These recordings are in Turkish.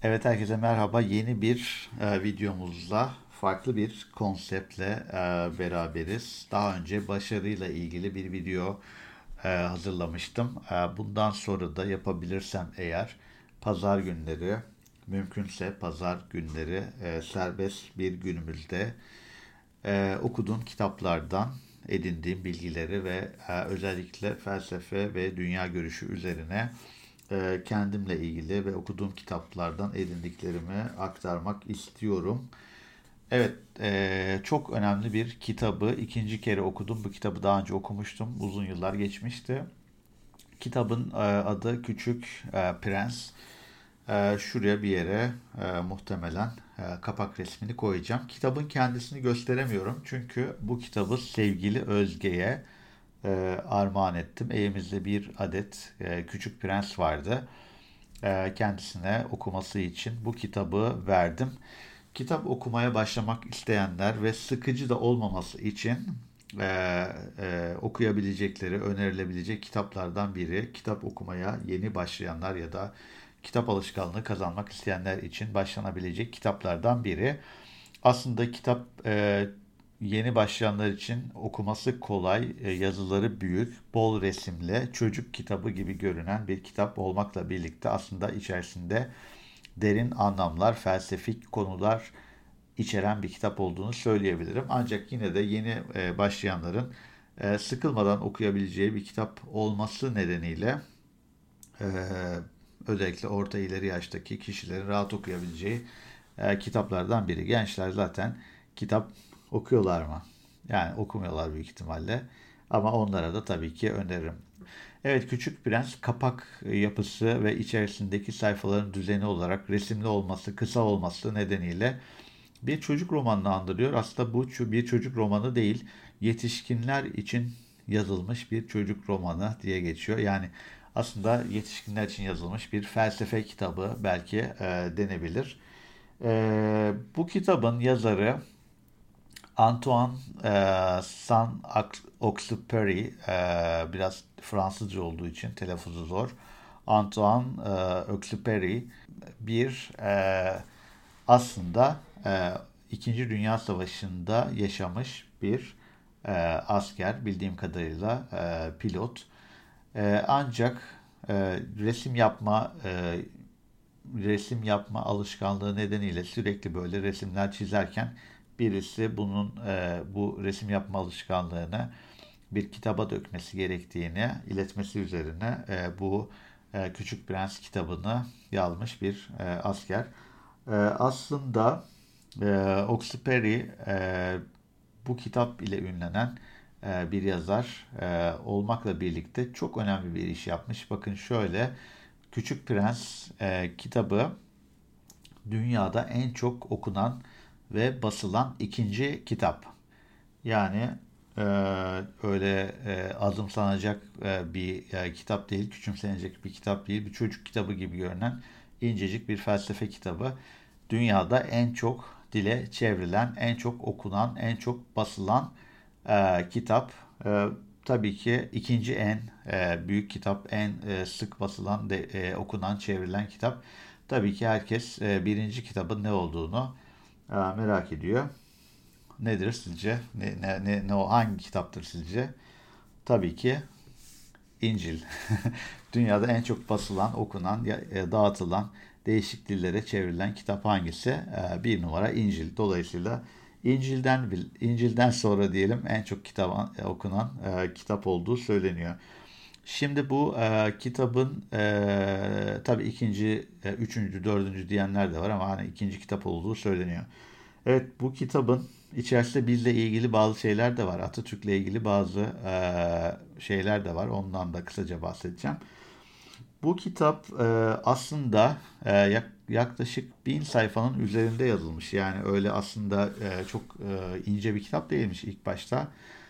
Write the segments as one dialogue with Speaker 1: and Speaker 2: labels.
Speaker 1: Evet, herkese merhaba. Yeni bir videomuzla farklı bir konseptle beraberiz. Daha önce başarıyla ilgili bir video hazırlamıştım. Bundan sonra da yapabilirsem eğer pazar günleri, mümkünse pazar günleri serbest bir günümüzde okuduğum kitaplardan edindiğim bilgileri ve özellikle felsefe ve dünya görüşü üzerine kendimle ilgili ve okuduğum kitaplardan edindiklerimi aktarmak istiyorum. Evet, çok önemli bir kitabı ikinci kere okudum. Bu kitabı daha önce okumuştum. Uzun yıllar geçmişti. Kitabın adı Küçük Prens. Şuraya bir yere muhtemelen kapak resmini koyacağım. Kitabın kendisini gösteremiyorum. Çünkü bu kitabı sevgili Özge'ye armağan ettim. Evimizde bir adet Küçük Prens vardı. Kendisine okuması için bu kitabı verdim. Kitap okumaya başlamak isteyenler ve sıkıcı da olmaması için okuyabilecekleri, önerilebilecek kitaplardan biri. Kitap okumaya yeni başlayanlar ya da kitap alışkanlığı kazanmak isteyenler için başlanabilecek kitaplardan biri. Aslında kitap yeni başlayanlar için okuması kolay, yazıları büyük, bol resimli, çocuk kitabı gibi görünen bir kitap olmakla birlikte aslında içerisinde derin anlamlar, felsefik konular içeren bir kitap olduğunu söyleyebilirim. Ancak yine de yeni başlayanların sıkılmadan okuyabileceği bir kitap olması nedeniyle e, özellikle orta ileri yaştaki kişilerin rahat okuyabileceği kitaplardan biri. Gençler zaten kitap okuyorlar mı? Yani okumuyorlar büyük ihtimalle. Ama onlara da tabii ki öneririm. Evet, Küçük Prens kapak yapısı ve içerisindeki sayfaların düzeni olarak resimli olması, kısa olması nedeniyle bir çocuk romanını andırıyor. Aslında bu bir çocuk romanı değil, yetişkinler için yazılmış bir çocuk romanı diye geçiyor. Yani aslında yetişkinler için yazılmış bir felsefe kitabı belki denebilir. Bu kitabın yazarı Antoine Saint-Exupéry, biraz Fransızca olduğu için telaffuzu zor. Antoine Exupéry bir aslında İkinci Dünya Savaşı'nda yaşamış bir asker, bildiğim kadarıyla pilot. Ancak resim yapma alışkanlığı nedeniyle sürekli böyle resimler çizerken birisi bu resim yapma alışkanlığını bir kitaba dökmesi gerektiğini iletmesi üzerine bu Küçük Prens kitabını yazmış bir asker. Aslında Oxenfree bu kitap ile ünlenen bir yazar olmakla birlikte çok önemli bir iş yapmış. Bakın şöyle, Küçük Prens kitabı dünyada en çok okunan ve basılan ikinci kitap. Yani e, öyle azımsanacak bir kitap değil, küçümsenecek bir kitap değil, bir çocuk kitabı gibi görünen incecik bir felsefe kitabı. Dünyada en çok dile çevrilen, en çok okunan, en çok basılan kitap. E, tabii ki ikinci en büyük kitap, en sık basılan, okunan, çevrilen kitap. Tabii ki herkes birinci kitabın ne olduğunu merak ediyor. Nedir sizce? Ne o hangi kitaptır sizce? Tabii ki İncil. Dünyada en çok basılan, okunan, dağıtılan, değişik dillere çevrilen kitap hangisi? Bir numara İncil. Dolayısıyla İncil'den sonra diyelim en çok okunan kitap olduğu söyleniyor. Şimdi bu kitabın tabii ikinci, üçüncü, dördüncü diyenler de var ama hani ikinci kitap olduğu söyleniyor. Evet, bu kitabın içerisinde bizle ilgili bazı şeyler de var. Atatürk'le ilgili bazı şeyler de var. Ondan da kısaca bahsedeceğim. Bu kitap aslında yaklaşık 1000 sayfanın üzerinde yazılmış. Yani öyle aslında çok ince bir kitap değilmiş ilk başta.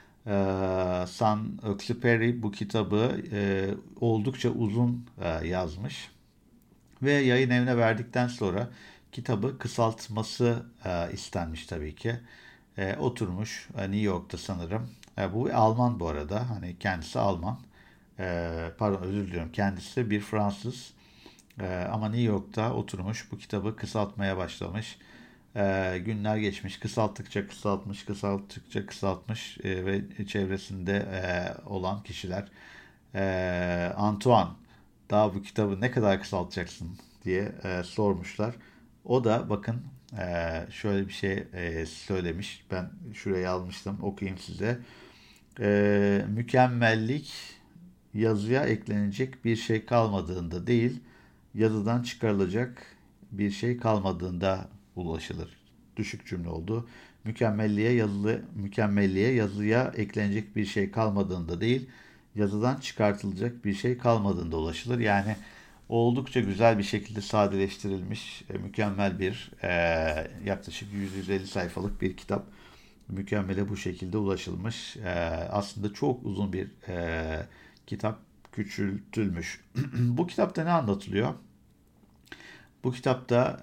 Speaker 1: Saint-Exupéry bu kitabı oldukça uzun yazmış. Ve yayın evine verdikten sonra kitabı kısaltması istenmiş tabii ki. Oturmuş New York'ta sanırım. Bu Alman bu arada. Hani kendisi Alman. Pardon, özür diliyorum. Kendisi bir Fransız. Ama New York'ta oturmuş bu kitabı kısaltmaya başlamış. Günler geçmiş, kısalttıkça kısaltmış, kısalttıkça kısaltmış ve çevresinde olan kişiler Antoine, daha bu kitabı ne kadar kısaltacaksın diye sormuşlar. O da bakın şöyle bir şey söylemiş. Ben şuraya almıştım, okuyayım size. Mükemmellik yazıya eklenecek bir şey kalmadığında değil, yazıdan çıkarılacak bir şey kalmadığında ulaşılır. Düşük cümle oldu. Mükemmelliğe yazıya eklenecek bir şey kalmadığında değil, yazıdan çıkartılacak bir şey kalmadığında ulaşılır. Yani oldukça güzel bir şekilde sadeleştirilmiş, mükemmel bir yaklaşık 100-150 sayfalık bir kitap. Mükemmele bu şekilde ulaşılmış. Aslında çok uzun bir kitap, küçültülmüş. Bu kitapta ne anlatılıyor? Bu kitapta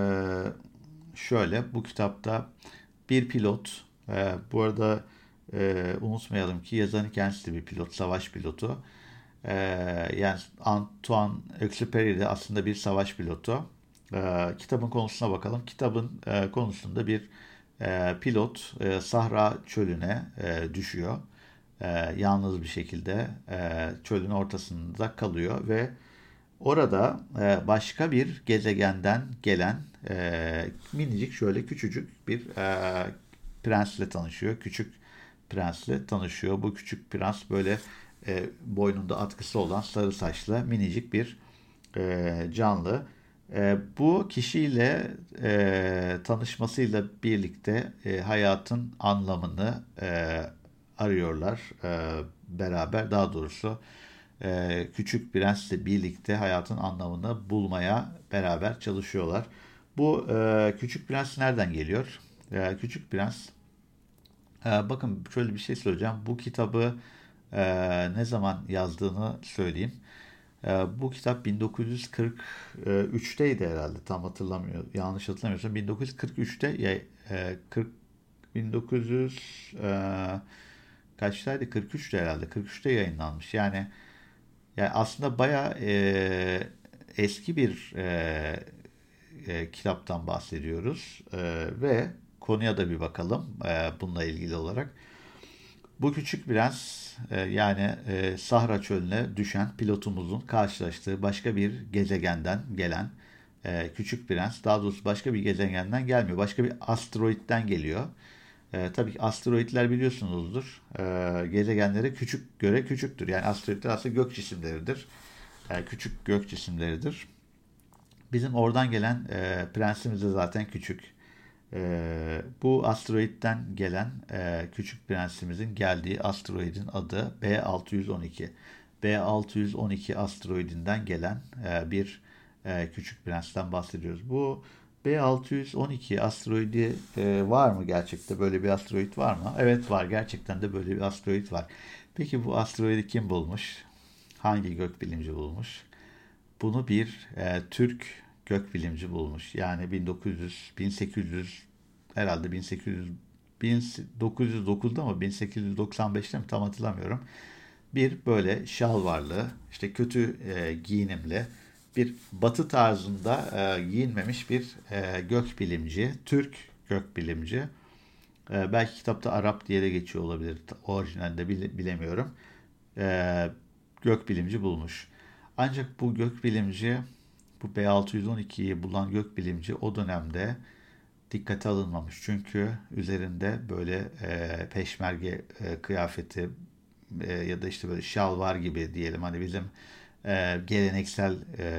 Speaker 1: bu kitapta bir pilot, bu arada unutmayalım ki yazarın kendisi de bir pilot, savaş pilotu. E, Yani Antoine Exupéry de aslında bir savaş pilotu. Kitabın konusuna bakalım. Kitabın konusunda bir pilot Sahra çölüne düşüyor. Yalnız bir şekilde çölün ortasında kalıyor ve orada başka bir gezegenden gelen minicik, şöyle küçücük bir prensle tanışıyor. Küçük prensle tanışıyor. Bu küçük prens böyle boynunda atkısı olan sarı saçlı minicik bir canlı. Bu kişiyle tanışmasıyla birlikte hayatın anlamını arıyorlar beraber. Daha doğrusu Küçük Prens'le birlikte hayatın anlamını bulmaya beraber çalışıyorlar. Bu Küçük Prens nereden geliyor? Küçük Prens, bakın şöyle bir şey söyleyeceğim. Bu kitabı ne zaman yazdığını söyleyeyim. Bu kitap 1943'teydi herhalde, tam hatırlamıyorum. Yanlış hatırlamıyorsam 1943'te 1900 kaçtaydı? 43'te herhalde. 43'te yayınlanmış. Yani aslında bayağı eski bir kitaptan bahsediyoruz. Ve konuya da bir bakalım bununla ilgili olarak. Bu Küçük Prens, Sahra Çölü'ne düşen pilotumuzun karşılaştığı başka bir gezegenden gelen Küçük Prens, daha doğrusu başka bir gezegenden gelmiyor. Başka bir asteroitten geliyor. Tabii ki asteroitler biliyorsunuzdur. Gezegenlere göre küçüktür. Yani asteroitler aslında gök cisimleridir. Küçük gök cisimleridir. Bizim oradan gelen prensimiz de zaten küçük. Bu asteroitten gelen küçük prensimizin geldiği asteroidin adı B612. B612 asteroidinden gelen bir küçük prensten bahsediyoruz. Bu B612 asteroidi var mı gerçekten? Böyle bir asteroid var mı? Evet, var. Gerçekten de böyle bir asteroid var. Peki bu asteroidi kim bulmuş? Hangi gökbilimci bulmuş? Bunu bir Türk gökbilimci bulmuş. Yani 1900, 1800, herhalde 1800, 1909'da mı 1895'te mi tam hatırlamıyorum. Bir böyle şalvarlı, işte kötü giyinimli, bir batı tarzında giyinmemiş bir gökbilimci, Türk gökbilimci. Belki kitapta Arap diye de geçiyor olabilir. Orijinalde bilemiyorum. E, Gökbilimci bulmuş. Ancak bu gökbilimci, bu B612'yi bulan gökbilimci o dönemde dikkate alınmamış. Çünkü üzerinde böyle peşmerge kıyafeti ya da işte böyle şalvar gibi diyelim, hani bizim geleneksel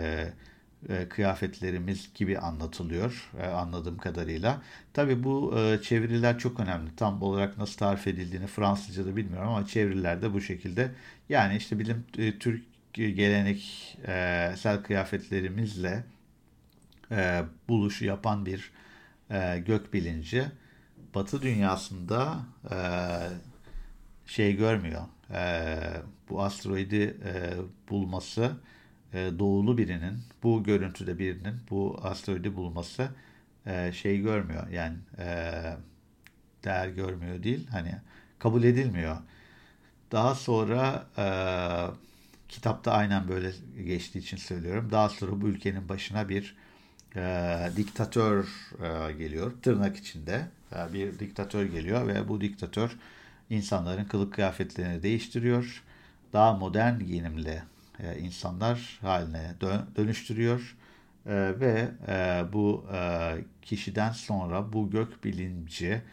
Speaker 1: kıyafetlerimiz gibi anlatılıyor anladığım kadarıyla. Tabii bu çeviriler çok önemli. Tam olarak nasıl tarif edildiğini Fransızca'da bilmiyorum ama çevirilerde bu şekilde. Yani işte bizim Türk geleneksel kıyafetlerimizle buluşu yapan bir gök bilinci Batı dünyasında görmüyor. Bu asteroidi bulması, doğulu birinin, bu görüntüde birinin bu asteroidi bulması görmüyor. Yani değer görmüyor değil, hani kabul edilmiyor. Daha sonra kitapta aynen böyle geçtiği için söylüyorum. Daha sonra bu ülkenin başına bir diktatör geliyor. Tırnak içinde bir diktatör geliyor ve bu diktatör insanların kılık kıyafetlerini değiştiriyor. Daha modern giyinimli insanlar haline dönüştürüyor. Ve bu kişiden sonra bu gökbilimci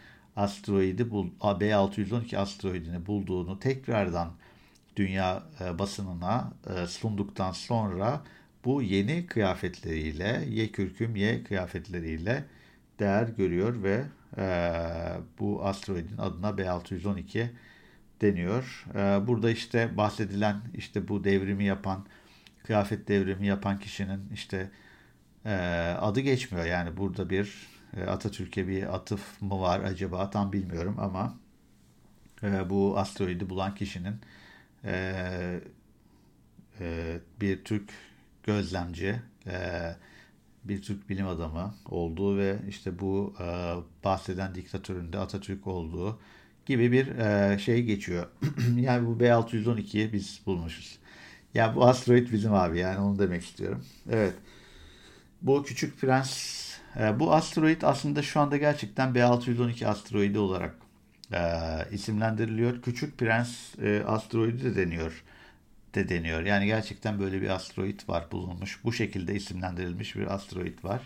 Speaker 1: B612 asteroidini bulduğunu tekrardan dünya basınına sunduktan sonra bu yeni kıyafetleriyle, yekürküm Y kıyafetleriyle değer görüyor ve bu asteroidin adına B612 deniyor. Burada işte bahsedilen işte bu devrimi yapan, kıyafet devrimi yapan kişinin işte adı geçmiyor. Yani burada bir Atatürk'e bir atıf mı var acaba tam bilmiyorum ama bu asteroidi bulan kişinin e, bir Türk gözlemci, bir Türk bilim adamı olduğu ve işte bu bahseden diktatörün de Atatürk olduğu gibi bir şey geçiyor. Yani bu B612'yi biz bulmuşuz. Yani bu asteroid bizim abi, yani onu demek istiyorum. Evet. Bu Küçük Prens, bu asteroid aslında şu anda gerçekten B612 asteroidi olarak isimlendiriliyor. Küçük Prens asteroidi de deniyor. Yani gerçekten böyle bir asteroid var, bulunmuş. Bu şekilde isimlendirilmiş bir asteroid var.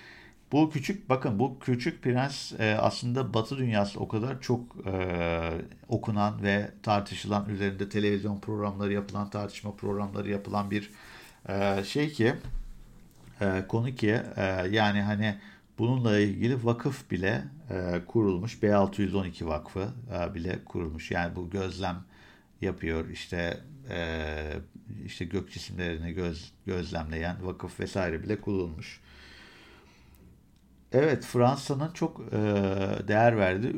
Speaker 1: Bu Küçük Prens aslında Batı dünyası o kadar çok okunan ve tartışılan, üzerinde televizyon programları yapılan, tartışma programları yapılan bir şey ki, konu ki, yani hani bununla ilgili vakıf bile kurulmuş. B612 Vakfı bile kurulmuş. Yani bu gözlem yapıyor. İşte gök cisimlerini gözlemleyen vakıf vesaire bile kurulmuş. Evet, Fransa'nın çok değer verdiği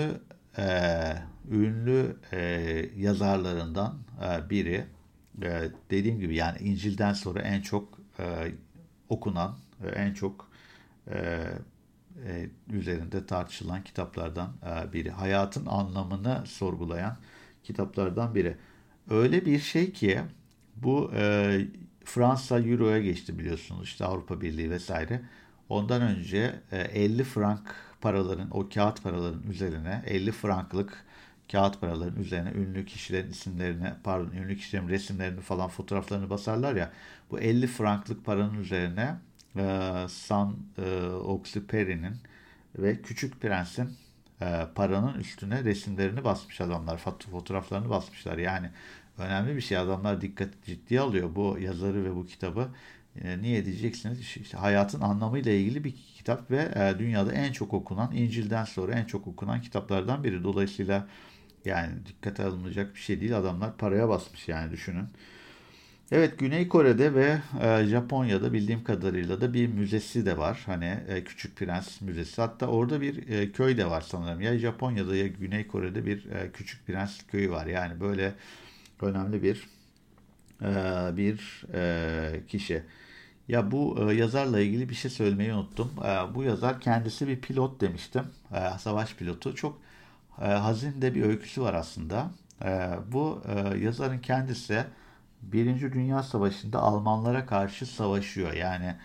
Speaker 1: yazarlarından biri. Dediğim gibi yani İncil'den sonra en çok okunan, en çok e, üzerinde tartışılan kitaplardan biri. Hayatın anlamını sorgulayan kitaplardan biri. Öyle bir şey ki bu Fransa Euro'ya geçti biliyorsunuz, işte Avrupa Birliği vesaire. Ondan önce 50 frank paraların, o kağıt paraların üzerine, 50 franklık kağıt paraların üzerine ünlü kişilerin isimlerini, pardon, ünlü kişilerin resimlerini falan, fotoğraflarını basarlar ya. Bu 50 franklık paranın üzerine Saint-Exupéry'nin ve Küçük Prens'in paranın üstüne resimlerini basmış adamlar, fotoğraflarını basmışlar. Yani önemli bir şey. Adamlar ciddiye alıyor bu yazarı ve bu kitabı. Niye diyeceksiniz? İşte hayatın anlamıyla ilgili bir kitap ve dünyada en çok okunan, İncil'den sonra en çok okunan kitaplardan biri. Dolayısıyla yani dikkate alınacak bir şey değil. Adamlar paraya basmış, yani düşünün. Evet, Güney Kore'de ve Japonya'da bildiğim kadarıyla da bir müzesi de var. Hani Küçük Prens Müzesi. Hatta orada bir köy de var sanırım. Ya Japonya'da ya Güney Kore'de bir Küçük Prens köyü var. Yani böyle önemli bir kişi. Ya bu yazarla ilgili bir şey söylemeyi unuttum. Bu yazar kendisi bir pilot demiştim. Savaş pilotu. Çok hazin de bir öyküsü var aslında. Bu yazarın kendisi Birinci Dünya Savaşı'nda Almanlara karşı savaşıyor. Yani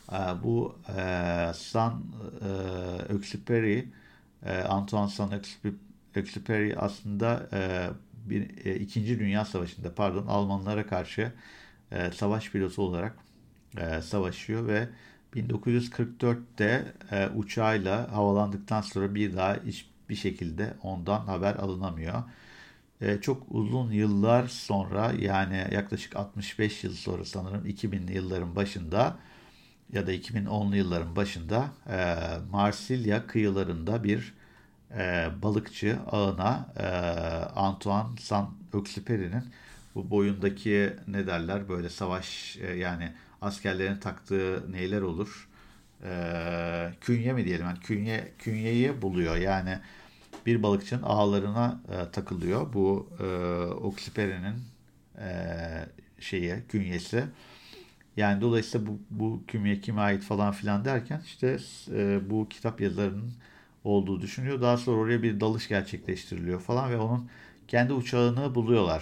Speaker 1: Antoine Saint-Exupéry aslında İkinci Dünya Savaşı'nda, pardon, Almanlara karşı savaş pilotu olarak savaşıyor ve 1944'te uçağıyla havalandıktan sonra bir daha hiçbir şekilde ondan haber alınamıyor. Çok uzun yıllar sonra, yani yaklaşık 65 yıl sonra sanırım, 2000'li yılların başında ya da 2010'lu yılların başında Marsilya kıyılarında bir balıkçı ağına Antoine Saint-Exupéry'nin bu boyundaki, ne derler, böyle savaş yani askerlerin taktığı neyler olur? Künye mi diyelim? Yani künyeyi buluyor. Yani bir balıkçının ağlarına takılıyor. Bu Exupéry'nin e, künyesi. Yani dolayısıyla bu kümye kime ait falan filan derken işte bu kitap yazarının olduğu düşünüyor. Daha sonra oraya bir dalış gerçekleştiriliyor falan ve onun kendi uçağını buluyorlar.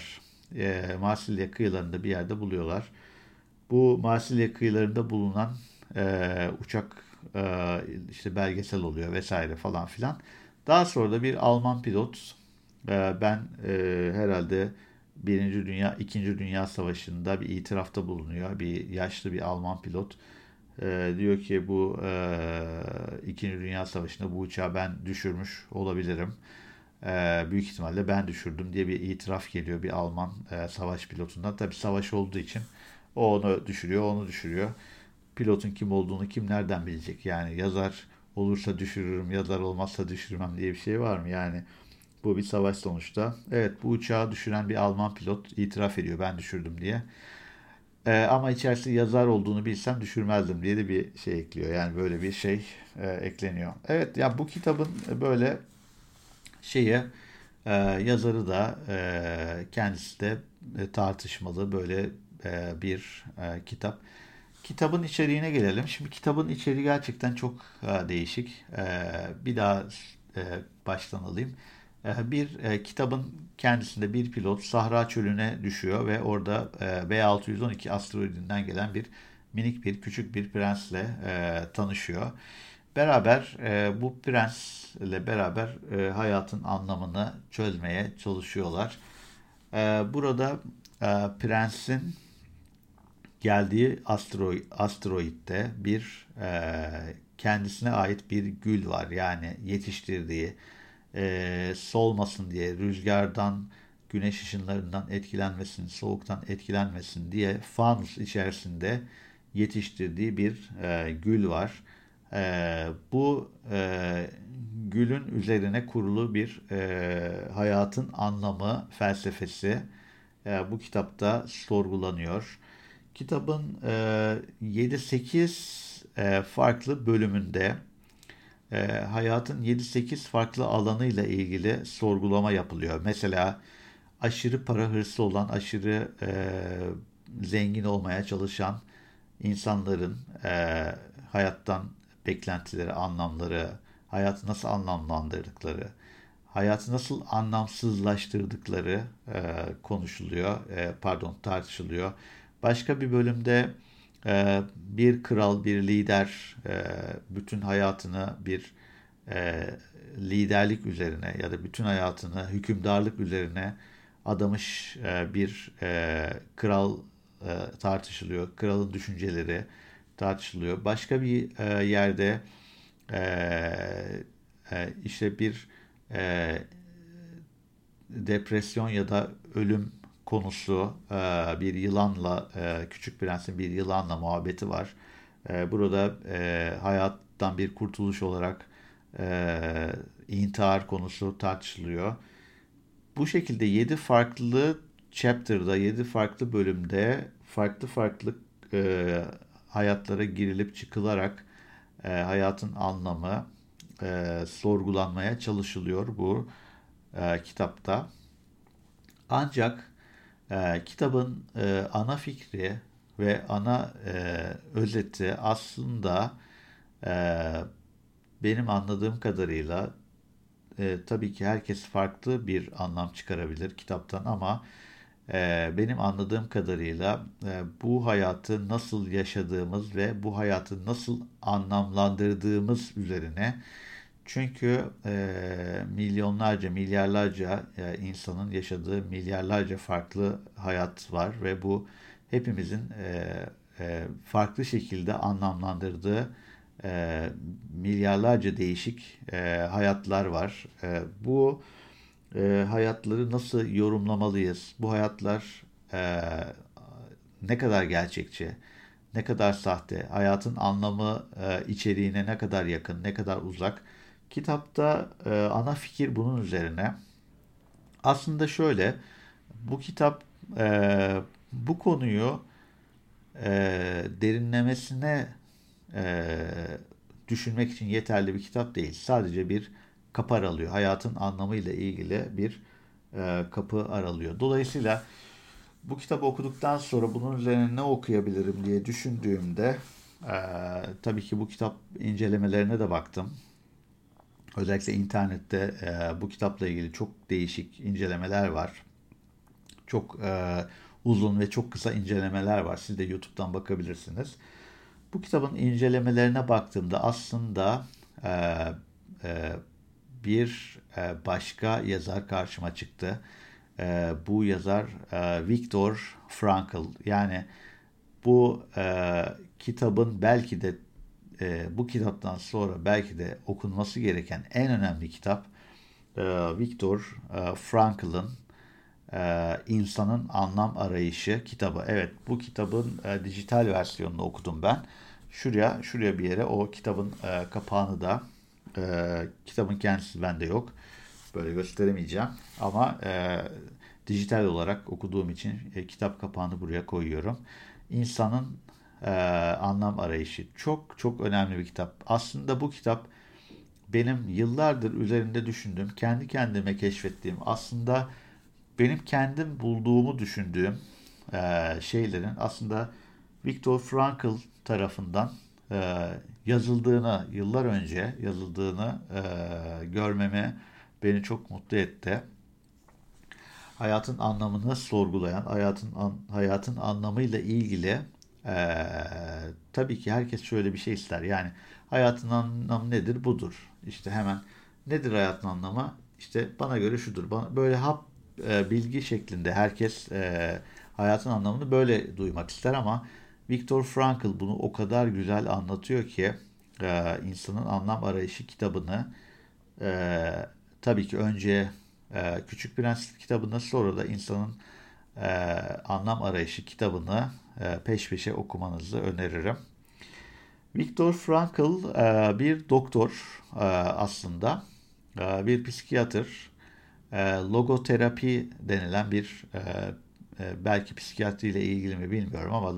Speaker 1: Marsilya kıyılarında bir yerde buluyorlar. Bu Marsilya kıyılarında bulunan uçak işte belgesel oluyor vesaire falan filan. Daha sonra da bir Alman pilot ben herhalde Birinci Dünya, İkinci Dünya Savaşı'nda bir itirafta bulunuyor. Bir yaşlı bir Alman pilot. Diyor ki bu İkinci Dünya Savaşı'nda bu uçağı ben düşürmüş olabilirim. Büyük ihtimalle ben düşürdüm diye bir itiraf geliyor bir Alman savaş pilotundan. Tabii savaş olduğu için o onu düşürüyor, onu düşürüyor. Pilotun kim olduğunu kim nereden bilecek? Yani yazar olursa düşürürüm, yazar olmazsa düşürmem diye bir şey var mı? Yani bu bir savaş sonuçta. Evet, bu uçağı düşüren bir Alman pilot itiraf ediyor ben düşürdüm diye. Ama içerisinde yazar olduğunu bilsem düşürmezdim diye de bir şey ekliyor. Yani böyle bir şey ekleniyor. Evet ya, bu kitabın böyle şeye yazarı da kendisi de tartışmalı böyle bir kitap. Kitabın içeriğine gelelim. Şimdi kitabın içeriği gerçekten çok değişik. Bir daha e, baştan alayım. Kitabın kendisinde bir pilot Sahra Çölü'ne düşüyor ve orada B612 asteroidinden gelen bir minik bir küçük bir prensle tanışıyor. Beraber bu prensle beraber hayatın anlamını çözmeye çalışıyorlar. Burada prensin geldiği asteroitte bir kendisine ait bir gül var. Yani yetiştirdiği solmasın diye, rüzgardan, güneş ışınlarından etkilenmesin, soğuktan etkilenmesin diye fanus içerisinde yetiştirdiği bir gül var. Bu gülün üzerine kurulu bir hayatın anlamı, felsefesi bu kitapta sorgulanıyor. Kitabın 7-8 farklı bölümünde hayatın 7-8 farklı alanıyla ilgili sorgulama yapılıyor. Mesela aşırı para hırsı olan, aşırı zengin olmaya çalışan insanların hayattan beklentileri, anlamları, hayatı nasıl anlamlandırdıkları, hayatı nasıl anlamsızlaştırdıkları konuşuluyor, tartışılıyor. Başka bir bölümde bir kral, bir lider bütün hayatını bir e, liderlik üzerine ya da bütün hayatını hükümdarlık üzerine adamış bir kral tartışılıyor. Kralın düşünceleri tartışılıyor. Başka bir yerde e, işte bir e, depresyon ya da ölüm konusu bir yılanla Küçük Prens'in bir yılanla muhabbeti var. Burada hayattan bir kurtuluş olarak intihar konusu tartışılıyor. Bu şekilde 7 farklı chapter'da, 7 farklı bölümde farklı farklı hayatlara girilip çıkılarak hayatın anlamı sorgulanmaya çalışılıyor bu kitapta. Ancak kitabın ana fikri ve ana özeti aslında e, benim anladığım kadarıyla tabii ki herkes farklı bir anlam çıkarabilir kitaptan ama benim anladığım kadarıyla bu hayatı nasıl yaşadığımız ve bu hayatı nasıl anlamlandırdığımız üzerine, çünkü milyonlarca, milyarlarca insanın yaşadığı milyarlarca farklı hayat var ve bu hepimizin farklı şekilde anlamlandırdığı milyarlarca değişik hayatlar var. Bu hayatları nasıl yorumlamalıyız? Bu hayatlar ne kadar gerçekçi, ne kadar sahte, hayatın anlamı içeriğine ne kadar yakın, ne kadar uzak? Kitapta ana fikir bunun üzerine. Aslında şöyle, bu kitap bu konuyu derinlemesine e, düşünmek için yeterli bir kitap değil. Sadece bir kapı aralıyor. Hayatın anlamıyla ilgili bir kapı aralıyor. Dolayısıyla bu kitabı okuduktan sonra bunun üzerine ne okuyabilirim diye düşündüğümde tabii ki bu kitap incelemelerine de baktım. Özellikle internette bu kitapla ilgili çok değişik incelemeler var. Çok uzun ve çok kısa incelemeler var. Siz de YouTube'dan bakabilirsiniz. Bu kitabın incelemelerine baktığımda aslında e, e, bir başka yazar karşıma çıktı. Bu yazar Viktor Frankl. Yani bu kitabın belki de bu kitaptan sonra belki de okunması gereken en önemli kitap Viktor Frankl'ın İnsanın Anlam Arayışı kitabı. Evet, bu kitabın dijital versiyonunu okudum ben. Şuraya bir yere o kitabın kapağını da kitabın kendisi bende yok. Böyle gösteremeyeceğim ama dijital olarak okuduğum için kitap kapağını buraya koyuyorum. İnsanın Anlam Arayışı çok çok önemli bir kitap. Aslında bu kitap benim yıllardır üzerinde düşündüğüm, kendi kendime keşfettiğim, aslında benim kendim bulduğumu düşündüğüm şeylerin aslında Viktor Frankl tarafından yıllar önce yazıldığını görmeme beni çok mutlu etti. Hayatın anlamını sorgulayan, hayatın anlamıyla ilgili eee, tabii ki herkes şöyle bir şey ister. Yani hayatın anlamı nedir? Budur. İşte hemen nedir hayatın anlamı? İşte bana göre şudur. Böyle bilgi şeklinde herkes hayatın anlamını böyle duymak ister ama Viktor Frankl bunu o kadar güzel anlatıyor ki insanın anlam arayışı kitabını ee, tabii ki önce Küçük Prens kitabını sonra da insanın e, anlam arayışı kitabını peş peşe okumanızı öneririm. Viktor Frankl bir doktor aslında, bir psikiyatr, logoterapi denilen bir belki psikiyatriyle ilgili mi bilmiyorum ama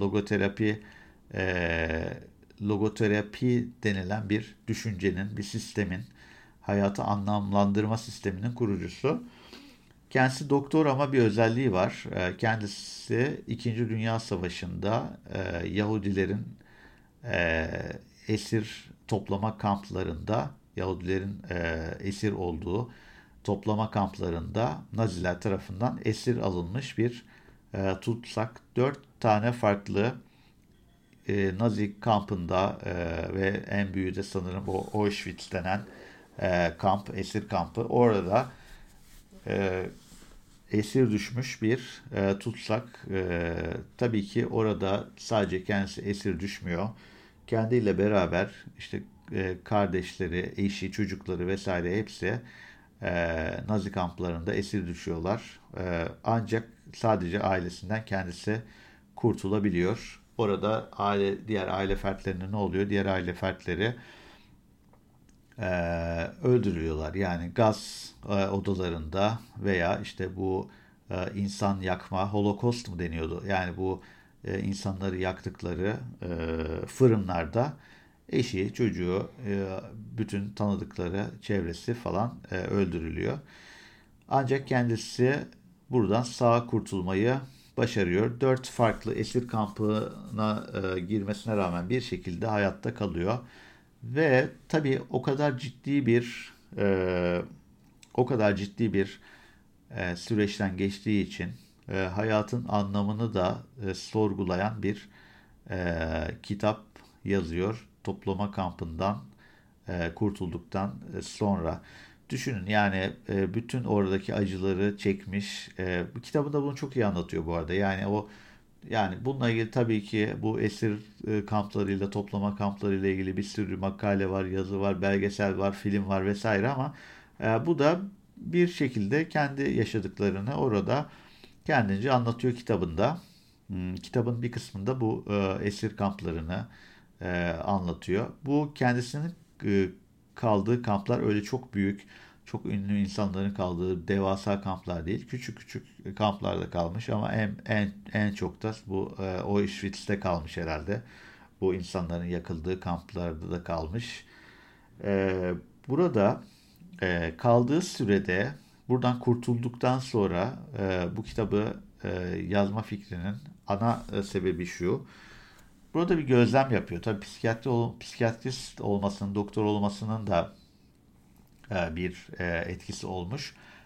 Speaker 1: e, logoterapi denilen bir düşüncenin, bir sistemin, hayatı anlamlandırma sisteminin kurucusu. Kendisi doktor ama bir özelliği var. Kendisi İkinci Dünya Savaşı'nda Yahudilerin e, esir toplama kamplarında, Yahudilerin esir olduğu toplama kamplarında Naziler tarafından esir alınmış bir tutsak. 4 tane farklı Nazi kampında ve en büyüğü de sanırım o Auschwitz denen kamp, esir kampı. Orada e, esir düşmüş bir tutsak. Tabii ki orada sadece kendisi esir düşmüyor. Kendiyle beraber işte kardeşleri, eşi, çocukları vesaire hepsi Nazi kamplarında esir düşüyorlar. Ancak sadece ailesinden kendisi kurtulabiliyor. Orada diğer aile fertlerine ne oluyor? Diğer aile fertleri öldürülüyorlar. Yani gaz odalarında veya işte bu insan yakma, holokost mu deniyordu? Yani bu insanları yaktıkları fırınlarda eşi, çocuğu, bütün tanıdıkları, çevresi falan öldürülüyor. Ancak kendisi buradan sağ kurtulmayı başarıyor. 4 farklı esir kampına girmesine rağmen bir şekilde hayatta kalıyor. Ve tabii o kadar ciddi bir süreçten geçtiği için hayatın anlamını da sorgulayan bir kitap yazıyor. Toplama kampından kurtulduktan sonra. Düşünün yani bütün oradaki acıları çekmiş. Bu kitabında bunu çok iyi anlatıyor bu arada. Yani bununla ilgili tabii ki bu esir kamplarıyla, toplama kamplarıyla ilgili bir sürü makale var, yazı var, belgesel var, film var vesaire ama bu da bir şekilde kendi yaşadıklarını orada kendince anlatıyor kitabında. Kitabın bir kısmında bu esir kamplarını anlatıyor. Bu kendisinin e, kaldığı kamplar öyle çok büyük, çok ünlü insanların kaldığı devasa kamplar değil. Küçük küçük kamplarda kalmış ama en çok da bu Auschwitz'te kalmış herhalde. Bu insanların yakıldığı kamplarda da kalmış. E, Burada kaldığı sürede buradan kurtulduktan sonra bu kitabı yazma fikrinin ana sebebi şu. Burada bir gözlem yapıyor. Tabii psikiyatrist olmasının, doktor olmasının da bir etkisi olmuş.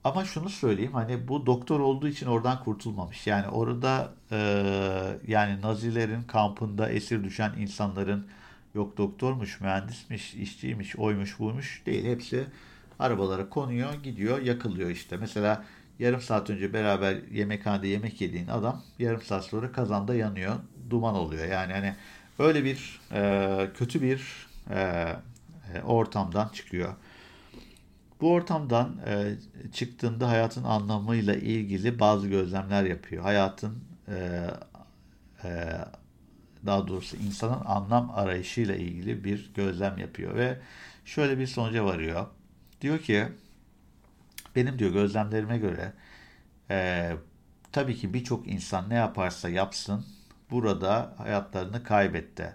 Speaker 1: Ama şunu söyleyeyim, hani bu doktor olduğu için oradan kurtulmamış. Yani orada yani Nazilerin kampında esir düşen insanların yok doktormuş, mühendismiş, işçiymiş, oymuş, buymuş değil. Hepsi arabalara konuyor, gidiyor, yakılıyor işte. Mesela yarım saat önce beraber yemekhanede yemek yediğin adam yarım saat sonra kazanda yanıyor, duman oluyor. Yani hani öyle bir kötü bir ortamdan çıkıyor. Bu ortamdan çıktığında hayatın anlamıyla ilgili bazı gözlemler yapıyor. Hayatın e, daha doğrusu insanın anlam arayışıyla ilgili bir gözlem yapıyor ve şöyle bir sonuca varıyor. Diyor ki benim diyor gözlemlerime göre e, tabii ki birçok insan ne yaparsa yapsın burada hayatlarını kaybetti.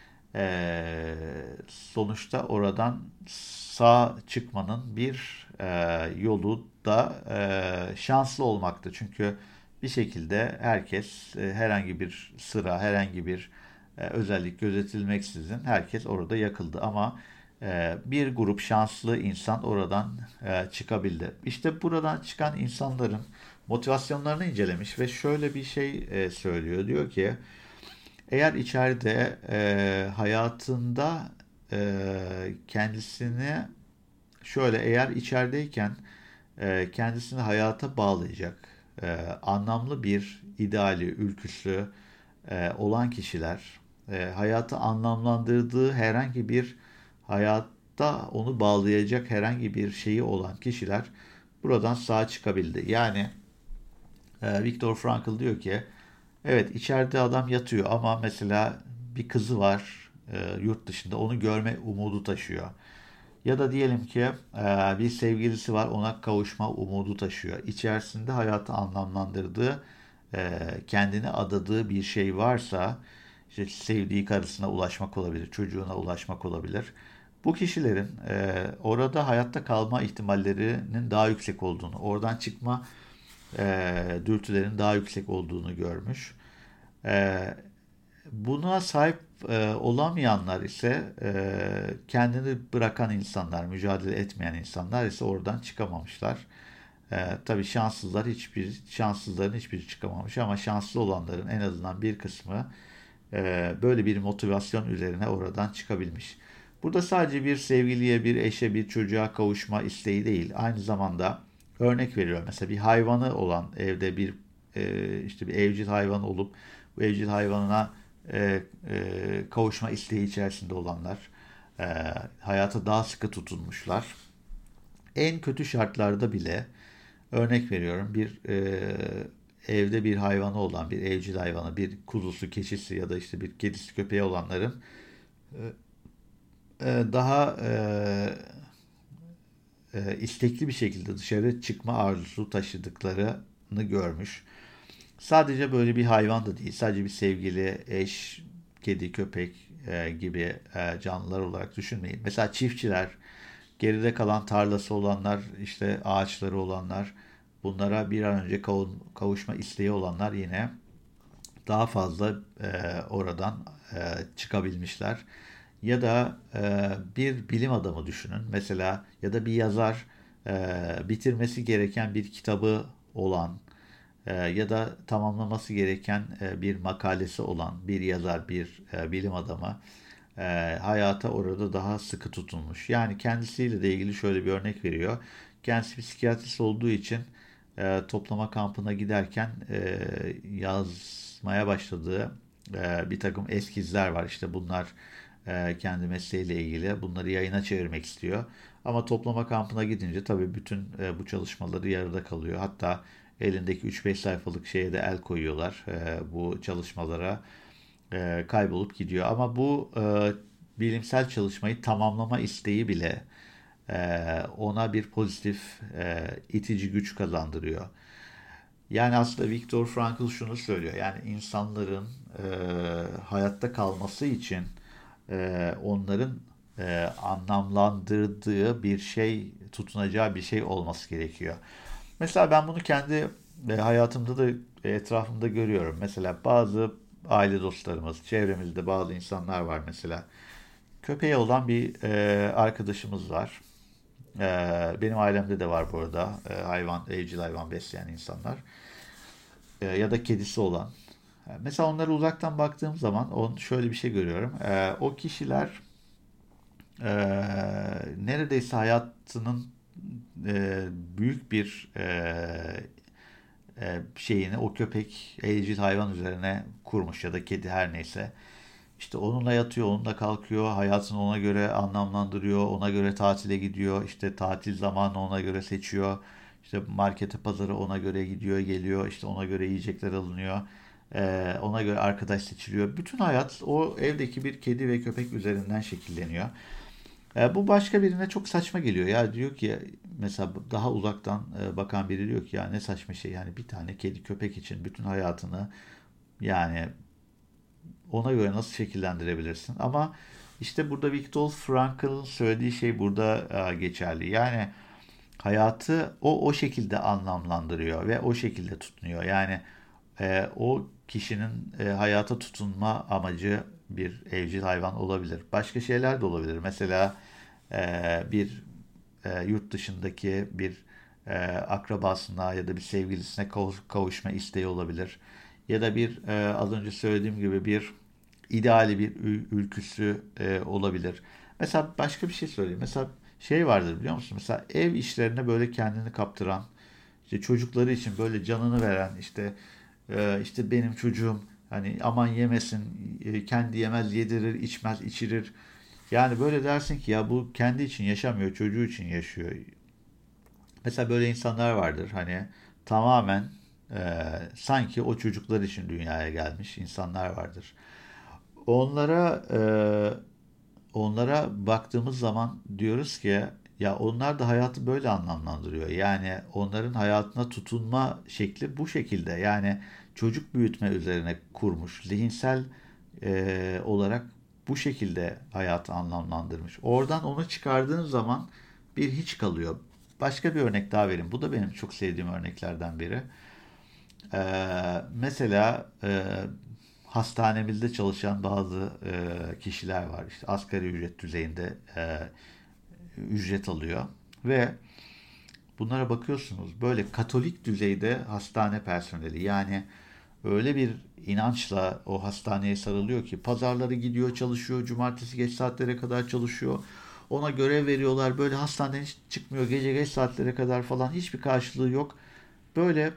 Speaker 1: Sonuçta oradan sağ çıkmanın bir yolu da şanslı olmaktı. Çünkü bir şekilde herkes herhangi bir sıra, herhangi bir özellik gözetilmeksizin herkes orada yakıldı. Ama bir grup şanslı insan oradan çıkabildi. İşte buradan çıkan insanların motivasyonlarını incelemiş ve şöyle bir şey söylüyor. Diyor ki eğer içeride hayatında kendisini şöyle eğer içerideyken kendisini hayata bağlayacak anlamlı bir ideali, ülküsü olan kişiler hayatı anlamlandırdığı herhangi bir hayatta onu bağlayacak herhangi bir şeyi olan kişiler buradan sağ çıkabildi. Yani Viktor Frankl diyor ki evet içeride adam yatıyor ama mesela bir kızı var yurt dışında onu görme umudu taşıyor. Ya da diyelim ki bir sevgilisi var ona kavuşma umudu taşıyor. İçerisinde hayatı anlamlandırdığı, kendini adadığı bir şey varsa işte sevdiği karısına ulaşmak olabilir, çocuğuna ulaşmak olabilir. Bu kişilerin orada hayatta kalma ihtimallerinin daha yüksek olduğunu, oradan çıkma dürtülerin daha yüksek olduğunu görmüş. E, Buna sahip olamayanlar ise kendini bırakan insanlar, mücadele etmeyen insanlar ise oradan çıkamamışlar. Tabii şanssızların hiçbiri çıkamamış ama şanslı olanların en azından bir kısmı böyle bir motivasyon üzerine oradan çıkabilmiş. Burada sadece bir sevgiliye, bir eşe, bir çocuğa kavuşma isteği değil, aynı zamanda örnek veriyor. Mesela bir hayvanı olan evde işte bir evcil hayvan olup bu evcil hayvanına kavuşma isteği içerisinde olanlar, hayata daha sıkı tutunmuşlar. En kötü şartlarda bile örnek veriyorum evde bir hayvanı olan bir evcil hayvanı, bir kuzusu, keçisi ya da işte bir kedisi, köpeği olanların daha istekli bir şekilde dışarı çıkma arzusu taşıdıklarını görmüş. Sadece böyle bir hayvan da değil, sadece bir sevgili, eş, kedi, köpek gibi canlılar olarak düşünmeyin. Mesela çiftçiler, geride kalan tarlası olanlar, işte ağaçları olanlar, bunlara bir an önce kavuşma isteği olanlar yine daha fazla oradan çıkabilmişler. Ya da bir bilim adamı düşünün. Mesela ya da bir yazar bitirmesi gereken bir kitabı olan ya da tamamlaması gereken bir makalesi olan bir yazar, bir bilim adamı hayata orada daha sıkı tutunmuş. Yani kendisiyle de ilgili şöyle bir örnek veriyor. Kendisi psikiyatrist olduğu için toplama kampına giderken yazmaya başladığı bir takım eskizler var. İşte bunlar kendi mesleğiyle ilgili. Bunları yayına çevirmek istiyor. Ama toplama kampına gidince tabii bütün bu çalışmaları yarıda kalıyor. Hatta elindeki 3-5 sayfalık şeye de el koyuyorlar. Bu çalışmalara kaybolup gidiyor. Ama bu bilimsel çalışmayı tamamlama isteği bile ona bir pozitif itici güç kazandırıyor. Yani aslında Viktor Frankl şunu söylüyor. Yani insanların hayatta kalması için onların anlamlandırdığı bir şey, tutunacağı bir şey olması gerekiyor. Mesela ben bunu kendi hayatımda da etrafımda görüyorum. Mesela bazı aile dostlarımız, çevremizde bazı insanlar var mesela. Köpeği olan bir arkadaşımız var. Benim ailemde de var bu arada evcil hayvan besleyen insanlar. Ya da kedisi olan. Mesela onlara uzaktan baktığım zaman şöyle bir şey görüyorum. O kişiler neredeyse hayatının büyük bir şeyini o köpek evcil hayvan üzerine kurmuş ya da kedi her neyse. İşte onunla yatıyor, onunla kalkıyor, hayatını ona göre anlamlandırıyor, ona göre tatile gidiyor, işte tatil zamanı ona göre seçiyor, işte markete pazara ona göre gidiyor, geliyor, işte ona göre yiyecekler alınıyor, ona göre arkadaş seçiliyor. Bütün hayat o evdeki bir kedi ve köpek üzerinden şekilleniyor. Bu başka birine çok saçma geliyor. Ya diyor ki mesela daha uzaktan bakan biri diyor ki ya ne saçma şey yani bir tane kedi köpek için bütün hayatını yani ona göre nasıl şekillendirebilirsin? Ama işte burada Viktor Frankl'ın söylediği şey burada geçerli. Yani hayatı o şekilde anlamlandırıyor ve o şekilde tutunuyor. Yani o kişinin hayata tutunma amacı bir evcil hayvan olabilir. Başka şeyler de olabilir. Mesela bir yurt dışındaki bir akrabasına ya da bir sevgilisine kavuşma isteği olabilir. Ya da bir az önce söylediğim gibi bir ideali bir ülküsü olabilir. Mesela başka bir şey söyleyeyim. Mesela şey vardır biliyor musun? Mesela ev işlerine böyle kendini kaptıran, işte çocukları için böyle canını veren, işte benim çocuğum hani aman yemesin, kendi yemez, yedirir, içmez, içirir. Yani böyle dersin ki ya bu kendi için yaşamıyor, çocuğu için yaşıyor. Mesela böyle insanlar vardır hani tamamen sanki o çocuklar için dünyaya gelmiş insanlar vardır. Onlara onlara baktığımız zaman diyoruz ki ya onlar da hayatı böyle anlamlandırıyor. Yani onların hayatına tutunma şekli bu şekilde. Yani çocuk büyütme üzerine kurmuş. Zihinsel olarak bu şekilde hayatı anlamlandırmış. Oradan onu çıkardığın zaman bir hiç kalıyor. Başka bir örnek daha vereyim. Bu da benim çok sevdiğim örneklerden biri. Mesela hastanemizde çalışan bazı kişiler var. İşte asgari ücret düzeyinde ücret alıyor ve bunlara bakıyorsunuz böyle Katolik düzeyde hastane personeli yani öyle bir inançla o hastaneye sarılıyor ki pazarları gidiyor çalışıyor, cumartesi geç saatlere kadar çalışıyor. Ona görev veriyorlar böyle hastaneden hiç çıkmıyor gece geç saatlere kadar falan hiçbir karşılığı yok. Böyle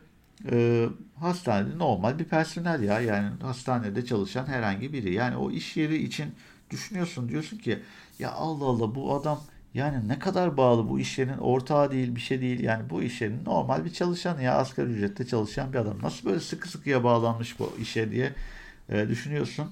Speaker 1: hastanede normal bir personel ya yani hastanede çalışan herhangi biri yani o iş yeri için düşünüyorsun diyorsun ki ya Allah Allah bu adam yani ne kadar bağlı bu iş yerinin ortağı değil bir şey değil yani bu iş yerinin normal bir çalışanı ya asgari ücrette çalışan bir adam nasıl böyle sıkı sıkıya bağlanmış bu işe diye düşünüyorsun.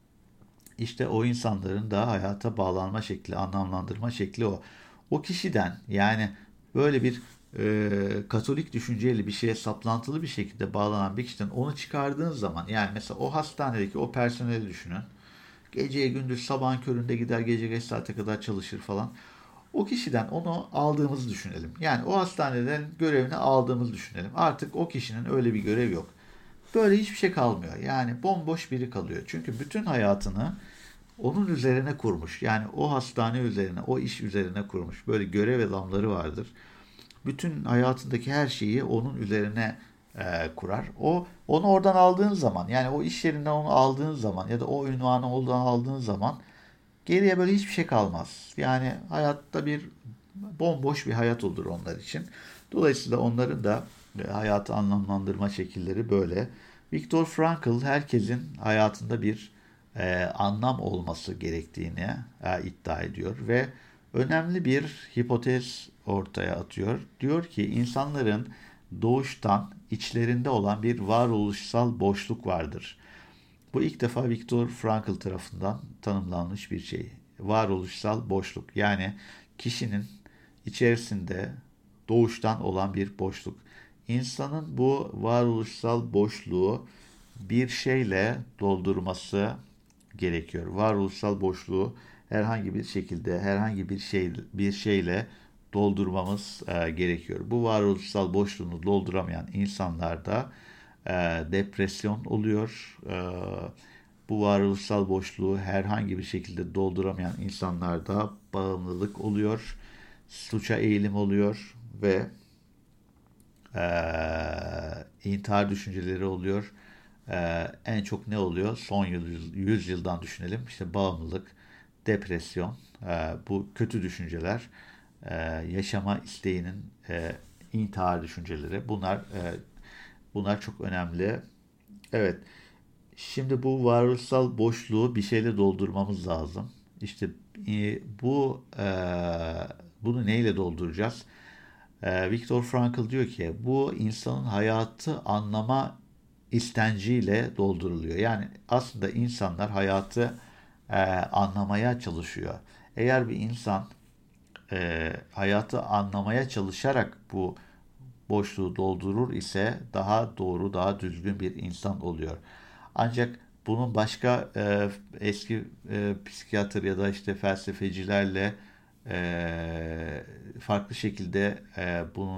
Speaker 1: İşte o insanların da hayata bağlanma şekli, anlamlandırma şekli o. O kişiden yani böyle bir Katolik düşünceyle bir şeye saplantılı bir şekilde bağlanan bir kişiden onu çıkardığın zaman yani mesela o hastanedeki o personeli düşünün. Geceye gündüz sabahın köründe gider gece geç saate kadar çalışır falan. O kişiden onu aldığımızı düşünelim. Yani o hastaneden görevini aldığımızı düşünelim. Artık o kişinin öyle bir görev yok. Böyle hiçbir şey kalmıyor. Yani bomboş biri kalıyor. Çünkü bütün hayatını onun üzerine kurmuş. Yani o hastane üzerine, o iş üzerine kurmuş. Böyle görev adamları vardır. Bütün hayatındaki her şeyi onun üzerine kurar. Onu oradan aldığın zaman, yani o iş yerinden onu aldığın zaman ya da o ünvanı oradan aldığın zaman geriye böyle hiçbir şey kalmaz. Yani hayatta bir bomboş bir hayat olur onlar için. Dolayısıyla onların da hayatı anlamlandırma şekilleri böyle. Viktor Frankl herkesin hayatında bir anlam olması gerektiğini iddia ediyor ve önemli bir hipotez ortaya atıyor. Diyor ki insanların doğuştan içlerinde olan bir varoluşsal boşluk vardır. Bu ilk defa Viktor Frankl tarafından tanımlanmış bir şey. Varoluşsal boşluk. Yani kişinin içerisinde doğuştan olan bir boşluk. İnsanın bu varoluşsal boşluğu bir şeyle doldurması gerekiyor. Varoluşsal boşluğu herhangi bir şekilde, herhangi bir şeyle doldurmamız gerekiyor. Bu varoluşsal boşluğunu dolduramayan insanlarda e, depresyon oluyor. Bu varoluşsal boşluğu herhangi bir şekilde dolduramayan insanlarda bağımlılık oluyor. suça eğilim oluyor ve intihar düşünceleri oluyor. En çok ne oluyor? Son 100 yıldan düşünelim. İşte bağımlılık, depresyon, bu kötü düşünceler, yaşama isteğinin intihar düşünceleri. Bunlar çok önemli. Evet. Şimdi bu varoluşsal boşluğu bir şeyle doldurmamız lazım. İşte bunu neyle dolduracağız? Viktor Frankl diyor ki bu insanın hayatı anlama istenciyle dolduruluyor. Yani aslında insanlar hayatı anlamaya çalışıyor. Eğer bir insan hayatı anlamaya çalışarak bu boşluğu doldurur ise daha doğru, daha düzgün bir insan oluyor. Ancak bunun başka eski psikiyatr ya da işte felsefecilerle farklı şekilde bunun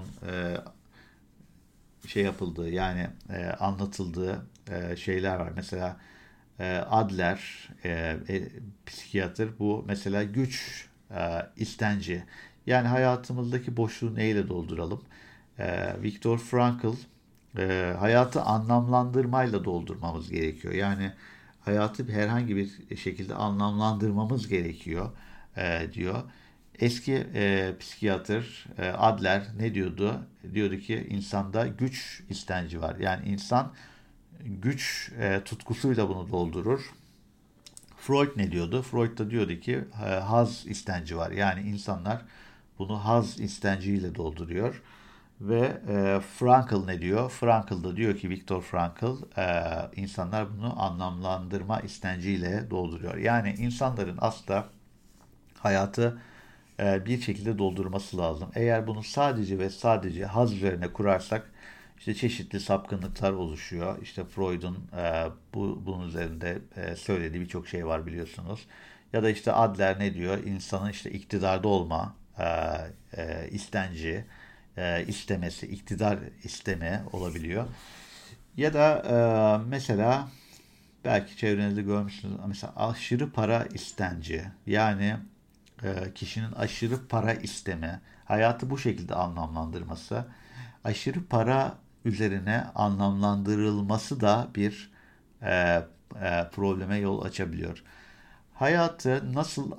Speaker 1: şey yapıldığı yani anlatıldığı şeyler var. Mesela Adler psikiyatr bu mesela güç istenci. Yani hayatımızdaki boşluğu neyle dolduralım? Viktor Frankl hayatı anlamlandırmayla doldurmamız gerekiyor. Yani hayatı herhangi bir şekilde anlamlandırmamız gerekiyor diyor. Eski psikiyatr Adler ne diyordu? Diyordu ki insanda güç istenci var. Yani insan güç tutkusuyla bunu doldurur. Freud ne diyordu? Freud da diyordu ki haz istenci var. Yani insanlar bunu haz istenciyle dolduruyor. Ve Frankl ne diyor? Frankl da diyor ki Viktor Frankl insanlar bunu anlamlandırma istenciyle dolduruyor. Yani insanların aslında hayatı bir şekilde doldurması lazım. Eğer bunu sadece ve sadece haz üzerine kurarsak işte çeşitli sapkınlıklar oluşuyor. İşte Freud'un bunun üzerinde söylediği birçok şey var biliyorsunuz. Ya da işte Adler ne diyor? İnsanın işte iktidarda olma istenci, istemesi, iktidar isteme olabiliyor. Ya da mesela belki çevrenizde görmüşsünüz mesela aşırı para istenci. Yani kişinin aşırı para isteme, hayatı bu şekilde anlamlandırması, aşırı para üzerine anlamlandırılması da bir e, probleme yol açabiliyor. Hayatı nasıl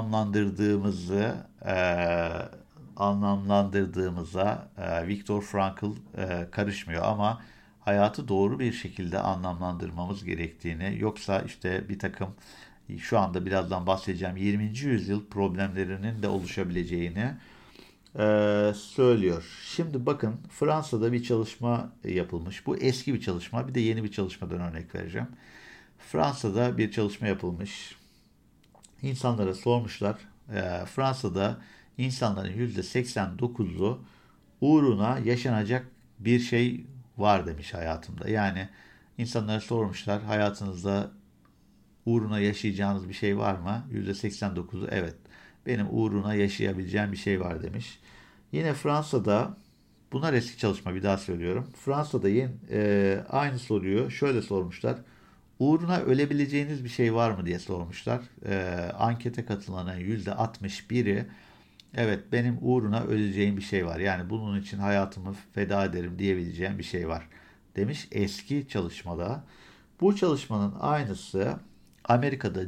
Speaker 1: anlamlandırdığımıza Viktor Frankl karışmıyor ama hayatı doğru bir şekilde anlamlandırmamız gerektiğini yoksa işte bir takım şu anda birazdan bahsedeceğim 20. yüzyıl problemlerinin de oluşabileceğini söylüyor. Şimdi bakın Fransa'da bir çalışma yapılmış. Bu eski bir çalışma. Bir de yeni bir çalışmadan örnek vereceğim. Fransa'da bir çalışma yapılmış. İnsanlara sormuşlar. Fransa'da insanların %89'u uğruna yaşanacak bir şey var demiş hayatımda. Yani insanlara sormuşlar hayatınızda uğruna yaşayacağınız bir şey var mı? %89'u evet. Benim uğruna yaşayabileceğim bir şey var demiş. Yine Fransa'da bunlar eski çalışma bir daha söylüyorum. Fransa'da aynı soruyu şöyle sormuşlar. Uğruna ölebileceğiniz bir şey var mı diye sormuşlar. Ankete katılanların %61'i evet benim uğruna öleceğim bir şey var. Yani bunun için hayatımı feda ederim diyebileceğim bir şey var demiş eski çalışmada. Bu çalışmanın aynısı Amerika'da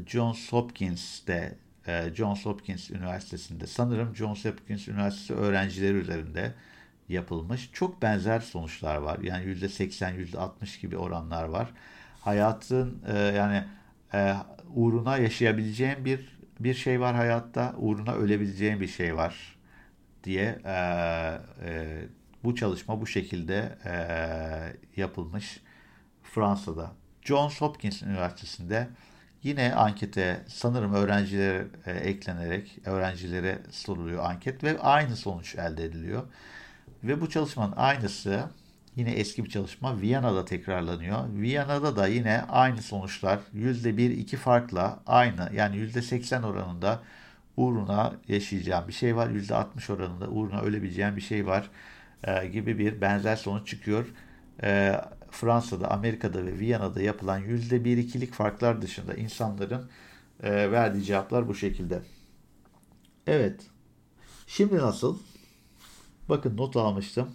Speaker 1: Johns Hopkins Üniversitesi'nde sanırım Johns Hopkins Üniversitesi öğrencileri üzerinde yapılmış. Çok benzer sonuçlar var. Yani %80, %60 gibi oranlar var. Hayatın yani uğruna yaşayabileceğin bir şey var hayatta, uğruna ölebileceğin bir şey var diye bu çalışma bu şekilde yapılmış Fransa'da. Johns Hopkins Üniversitesi'nde yine ankete sanırım öğrencilere eklenerek öğrencilere soruluyor anket ve aynı sonuç elde ediliyor. Ve bu çalışmanın aynısı yine eski bir çalışma Viyana'da tekrarlanıyor. Viyana'da da yine aynı sonuçlar %1-2 farkla aynı yani %80 oranında uğruna yaşayacağım bir şey var. %60 oranında uğruna ölebileceğim bir şey var gibi bir benzer sonuç çıkıyor. Fransa'da, Amerika'da ve Viyana'da yapılan %1-2'lik farklar dışında insanların verdiği cevaplar bu şekilde. Evet. Şimdi nasıl? Bakın not almıştım.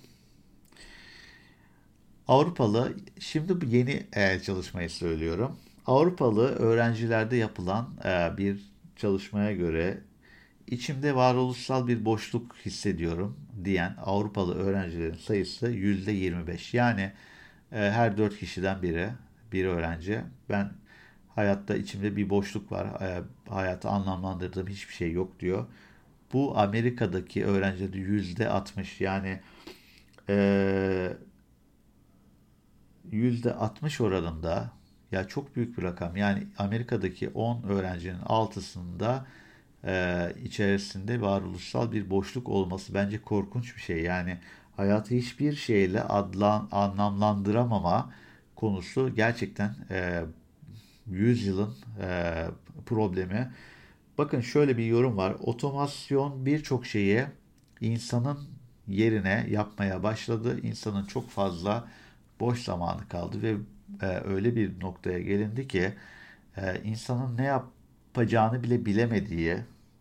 Speaker 1: Avrupalı, şimdi bu yeni çalışmayı söylüyorum. Avrupalı öğrencilerde yapılan bir çalışmaya göre içimde varoluşsal bir boşluk hissediyorum diyen Avrupalı öğrencilerin sayısı %25. Yani her 4 kişiden biri, bir öğrenci. Ben hayatta içimde bir boşluk var, hayatı anlamlandırdığım hiçbir şey yok diyor. Bu Amerika'daki öğrencilerin %60, yani e, %60 oranında, ya çok büyük bir rakam. Yani Amerika'daki 10 öğrencinin altısında içerisinde varoluşsal bir boşluk olması bence korkunç bir şey. Yani hayatı hiçbir şeyle anlamlandıramama konusu gerçekten 100 yılın problemi. Bakın şöyle bir yorum var. Otomasyon birçok şeyi insanın yerine yapmaya başladı. İnsanın çok fazla boş zamanı kaldı ve öyle bir noktaya gelindi ki insanın ne yapacağını bile bilemediği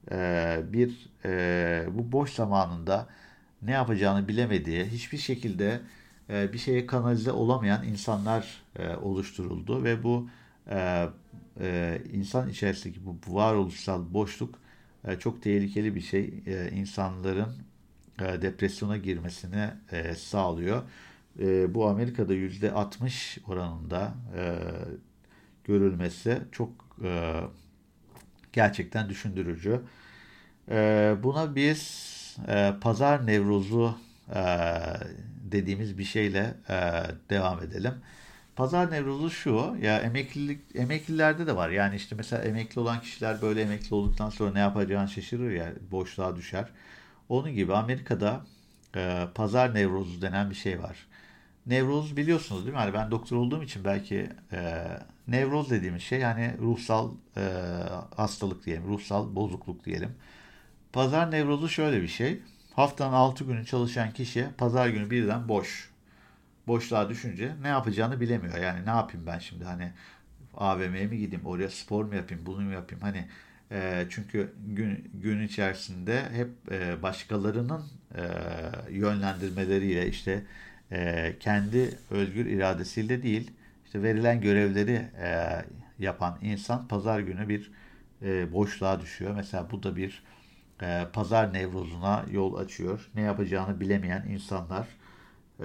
Speaker 1: bu boş zamanında ne yapacağını bilemediği, hiçbir şekilde bir şeye kanalize olamayan insanlar oluşturuldu ve bu e, insan içerisindeki bu varoluşsal boşluk çok tehlikeli bir şey. İnsanların depresyona girmesini sağlıyor. Bu Amerika'da %60 oranında görülmesi çok gerçekten düşündürücü. Buna biz pazar nevrozu e, dediğimiz bir şeyle devam edelim. Pazar nevrozu şu, ya emeklilerde de var. Yani işte mesela emekli olan kişiler böyle emekli olduktan sonra ne yapacağını şaşırır ya, boşluğa düşer. Onun gibi Amerika'da pazar nevrozu denen bir şey var. Nevroz biliyorsunuz değil mi? Yani ben doktor olduğum için belki nevroz dediğimiz şey, yani ruhsal hastalık diyelim, ruhsal bozukluk diyelim. Pazar nevrozu şöyle bir şey. Haftanın 6 günü çalışan kişi pazar günü birden boş. Boşluğa düşünce ne yapacağını bilemiyor. Yani ne yapayım ben şimdi, hani AVM'ye mi gideyim, oraya spor mu yapayım, bunu mu yapayım? Hani çünkü gün içerisinde hep başkalarının yönlendirmeleriyle, işte kendi özgür iradesiyle değil, işte verilen görevleri yapan insan pazar günü bir boşluğa düşüyor. Mesela bu da bir pazar nevrozuna yol açıyor. Ne yapacağını bilemeyen insanlar e,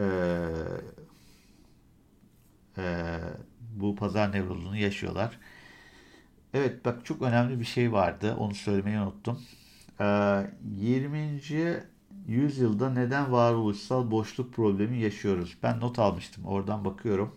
Speaker 1: e, bu pazar nevrozunu yaşıyorlar. Evet, bak çok önemli bir şey vardı. Onu söylemeyi unuttum. 20. yüzyılda neden varoluşsal boşluk problemi yaşıyoruz? Ben not almıştım. Oradan bakıyorum.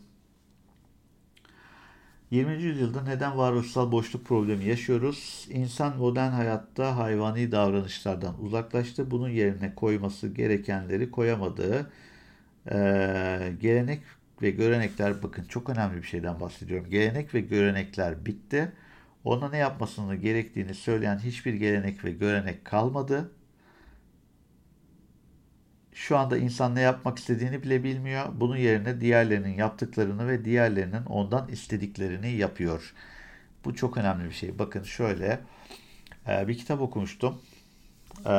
Speaker 1: 20. yüzyılda neden varoluşsal boşluk problemi yaşıyoruz? İnsan modern hayatta hayvani davranışlardan uzaklaştı. Bunun yerine koyması gerekenleri koyamadığı gelenek ve görenekler, bakın çok önemli bir şeyden bahsediyorum. Gelenek ve görenekler bitti. Ona ne yapmasını gerektiğini söyleyen hiçbir gelenek ve görenek kalmadı. Şu anda insan ne yapmak istediğini bile bilmiyor. Bunun yerine diğerlerinin yaptıklarını ve diğerlerinin ondan istediklerini yapıyor. Bu çok önemli bir şey. Bakın şöyle bir kitap okumuştum. E,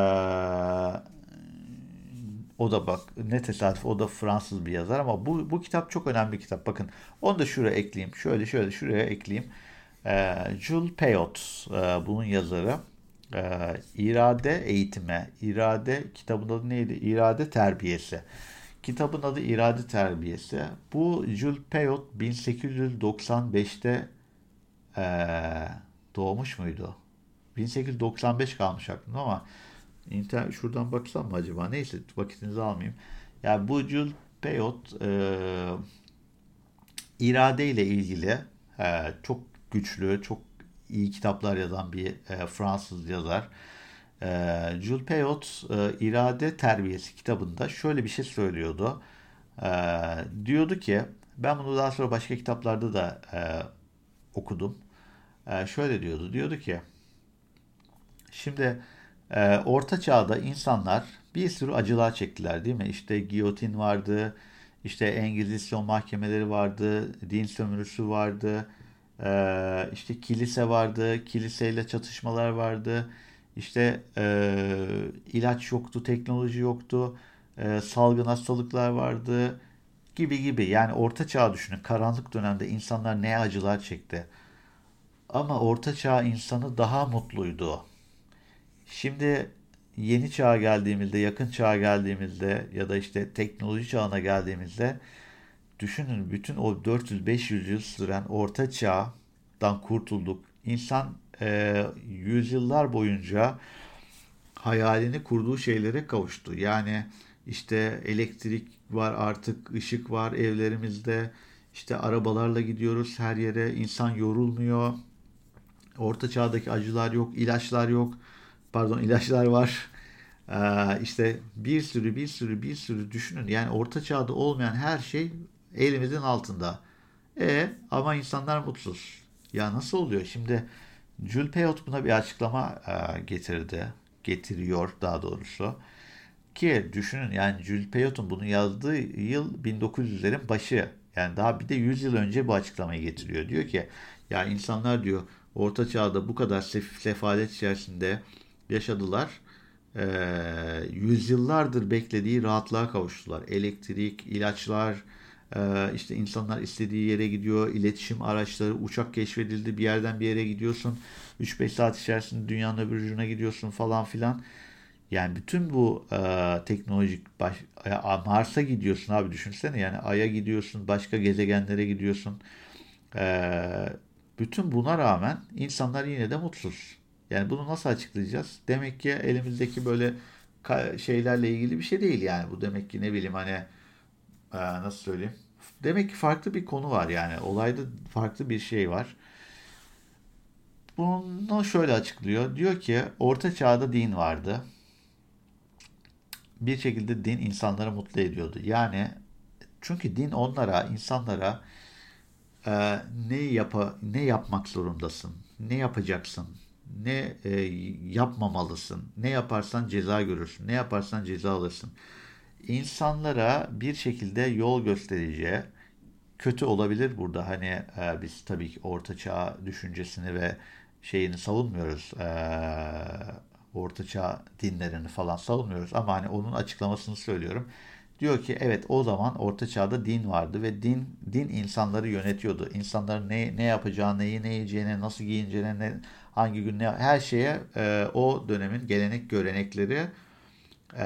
Speaker 1: O da bak ne tesadüf, o da Fransız bir yazar ama bu kitap çok önemli bir kitap. Bakın onu da şuraya ekleyeyim. Şöyle şuraya ekleyeyim. Jules Payot bunun yazarı. İrade eğitimi. İrade, kitabın adı neydi? İrade terbiyesi. Kitabın adı İrade Terbiyesi. Bu Jules Payot 1895'te doğmuş muydu? 1895 kalmış aklımda ama şuradan baksam mı acaba? Neyse, vakitinizi almayayım. Yani bu Jules Payot irade ile ilgili çok güçlü, çok iyi kitaplar yazan bir Fransız yazar. Jules Payot İrade Terbiyesi kitabında şöyle bir şey söylüyordu. Diyordu ki, ben bunu daha sonra başka kitaplarda da okudum. Şöyle diyordu. Diyordu ki, şimdi Orta Çağ'da insanlar bir sürü acılar çektiler değil mi? İşte giyotin vardı, işte Engizisyon mahkemeleri vardı, din sömürüsü vardı, işte kilise vardı, kiliseyle çatışmalar vardı, İşte ilaç yoktu, teknoloji yoktu, salgın hastalıklar vardı gibi gibi. Yani orta çağ düşünün. Karanlık dönemde insanlar ne acılar çekti. Ama orta çağ insanı daha mutluydu. Şimdi yeni çağa geldiğimizde, yakın çağa geldiğimizde ya da işte teknoloji çağına geldiğimizde düşünün, bütün o 400-500 yıl süren orta çağdan kurtulduk. İnsan yüzyıllar boyunca hayalini kurduğu şeylere kavuştu. Yani işte elektrik var artık, ışık var evlerimizde. İşte arabalarla gidiyoruz her yere. İnsan yorulmuyor. Orta çağdaki acılar yok, ilaçlar yok. Pardon, ilaçlar var. İşte bir sürü düşünün. Yani orta çağda olmayan her şey elimizin altında. Ama insanlar mutsuz. Ya nasıl oluyor? Şimdi Jules Payot buna bir açıklama getirdi. Getiriyor daha doğrusu. Ki düşünün, yani Jules Payot'un bunu yazdığı yıl 1900'lerin başı. Yani daha bir de 100 yıl önce bu açıklamayı getiriyor. Diyor ki ya insanlar diyor orta çağda bu kadar sefalet içerisinde yaşadılar. Yüzyıllardır beklediği rahatlığa kavuştular. Elektrik, ilaçlar, işte insanlar istediği yere gidiyor. İletişim araçları, uçak keşfedildi. Bir yerden bir yere gidiyorsun. 3-5 saat içerisinde dünyanın öbür ucuna gidiyorsun falan filan. Yani bütün bu teknolojik Mars'a gidiyorsun abi, düşünsene, yani Ay'a gidiyorsun, başka gezegenlere gidiyorsun. E, Bütün buna rağmen insanlar yine de mutsuz. Yani bunu nasıl açıklayacağız? Demek ki elimizdeki böyle şeylerle ilgili bir şey değil yani. Bu demek ki, ne bileyim hani, nasıl söyleyeyim? Demek ki farklı bir konu var yani. Olayda farklı bir şey var. Bunu şöyle açıklıyor. Diyor ki orta çağda din vardı. Bir şekilde din insanları mutlu ediyordu. Yani çünkü din onlara, insanlara ne yapmak zorundasın, ne yapacaksın, ne yapmamalısın, ne yaparsan ceza görürsün, ne yaparsan ceza alırsın. İnsanlara bir şekilde yol gösterici, kötü olabilir burada. Hani biz tabii ki Orta Çağ düşüncesini ve şeyini savunmuyoruz. Orta Çağ dinlerini falan savunmuyoruz. Ama hani onun açıklamasını söylüyorum. Diyor ki evet, o zaman Orta Çağ'da din vardı ve din insanları yönetiyordu. İnsanların ne yapacağını, ne yiyeceğini, nasıl giyineceğini, hangi gün her şeye o dönemin gelenek görenekleri e,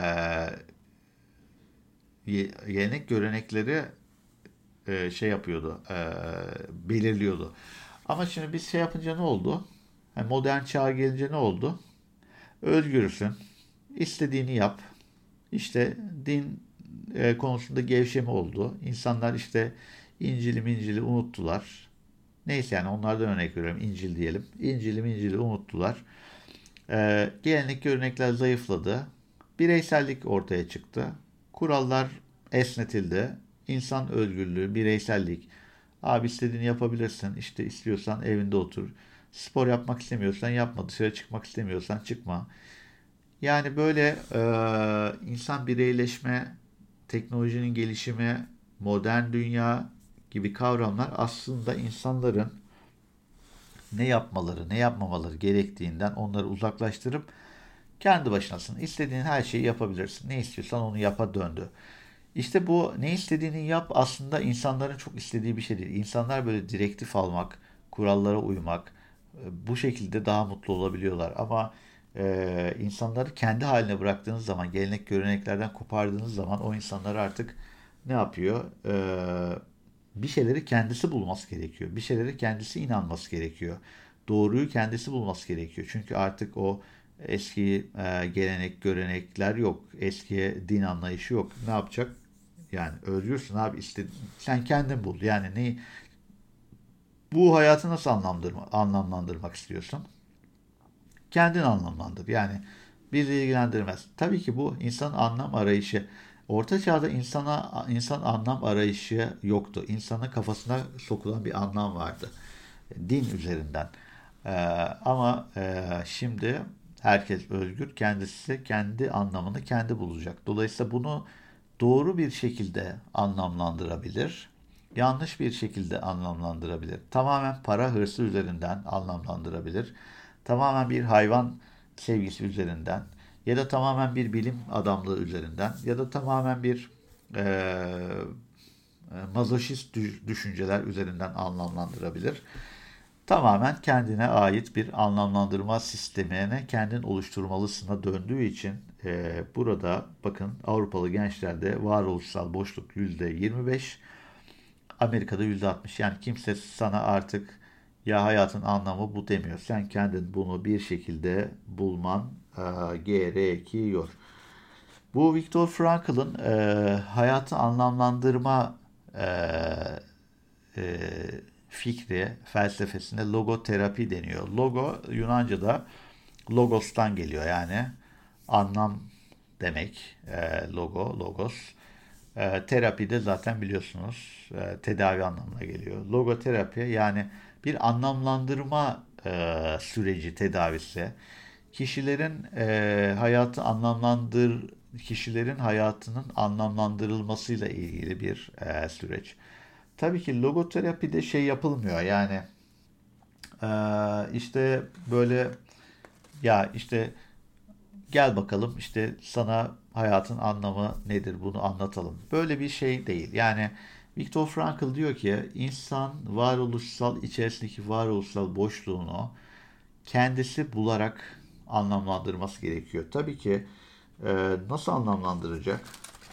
Speaker 1: gelenek görenekleri şey yapıyordu, belirliyordu. Ama şimdi biz şey yapınca ne oldu? Yani modern çağa gelince ne oldu? Özgürsün, istediğini yap. İşte din konusunda gevşeme oldu. İnsanlar işte İncil'i unuttular. Neyse, yani onlardan örnek veriyorum. İncil diyelim. İncil'i unuttular. Gelenek görenekler zayıfladı. Bireysellik ortaya çıktı. Kurallar esnetildi. İnsan özgürlüğü, bireysellik. Abi istediğini yapabilirsin. İşte istiyorsan evinde otur. Spor yapmak istemiyorsan yapma. Dışarı çıkmak istemiyorsan çıkma. Yani böyle insan bireyleşme, teknolojinin gelişimi, modern dünya gibi kavramlar aslında insanların ne yapmaları, ne yapmamaları gerektiğinden onları uzaklaştırıp kendi başınasın, İstediğin her şeyi yapabilirsin. Ne istiyorsan onu yapa döndü. İşte bu ne istediğini yap aslında insanların çok istediği bir şey değil. İnsanlar böyle direktif almak, kurallara uymak, bu şekilde daha mutlu olabiliyorlar. Ama insanları kendi haline bıraktığınız zaman, gelenek göreneklerden kopardığınız zaman o insanlar artık ne yapıyor? Bir şeyleri kendisi bulması gerekiyor. Bir şeyleri kendisi inanması gerekiyor. Doğruyu kendisi bulması gerekiyor. Çünkü artık o eski gelenek, görenekler yok. Eski din anlayışı yok. Ne yapacak? Yani özgürsün abi. Sen kendin bul. Yani bu hayatı nasıl anlamlandırmak istiyorsun? Kendin anlamlandır. Yani bizi ilgilendirmez. Tabii ki bu insanın anlam arayışı. Orta çağda insan anlam arayışı yoktu. İnsanın kafasına sokulan bir anlam vardı. Din üzerinden. Ee, Ama şimdi herkes özgür. Kendisi kendi anlamını kendi bulacak. Dolayısıyla bunu doğru bir şekilde anlamlandırabilir. Yanlış bir şekilde anlamlandırabilir. Tamamen para hırsı üzerinden anlamlandırabilir. Tamamen bir hayvan sevgisi üzerinden ya da tamamen bir bilim adamlığı üzerinden ya da tamamen bir mazoşist düşünceler üzerinden anlamlandırabilir. Tamamen kendine ait bir anlamlandırma sistemine kendin oluşturmalısına döndüğü için burada bakın Avrupalı gençlerde varoluşsal boşluk %25, Amerika'da %60. Yani kimse sana artık ya hayatın anlamı bu demiyor. Sen kendin bunu bir şekilde bulman gerekiyor. Bu Viktor Frankl'ın hayatı anlamlandırma e, e, fikri, felsefesine logoterapi deniyor. Logo Yunanca'da logos'tan geliyor, yani anlam demek. Logos. Terapi de zaten biliyorsunuz tedavi anlamına geliyor. Logoterapi yani bir anlamlandırma süreci, tedavisi. Kişilerin kişilerin hayatının anlamlandırılmasıyla ilgili bir süreç. Tabii ki logoterapide şey yapılmıyor. Yani işte böyle, ya işte gel bakalım işte sana hayatın anlamı nedir bunu anlatalım. Böyle bir şey değil. Yani Viktor Frankl diyor ki insan içerisindeki varoluşsal boşluğunu kendisi bularak anlamlandırması gerekiyor. Tabii ki nasıl anlamlandıracak?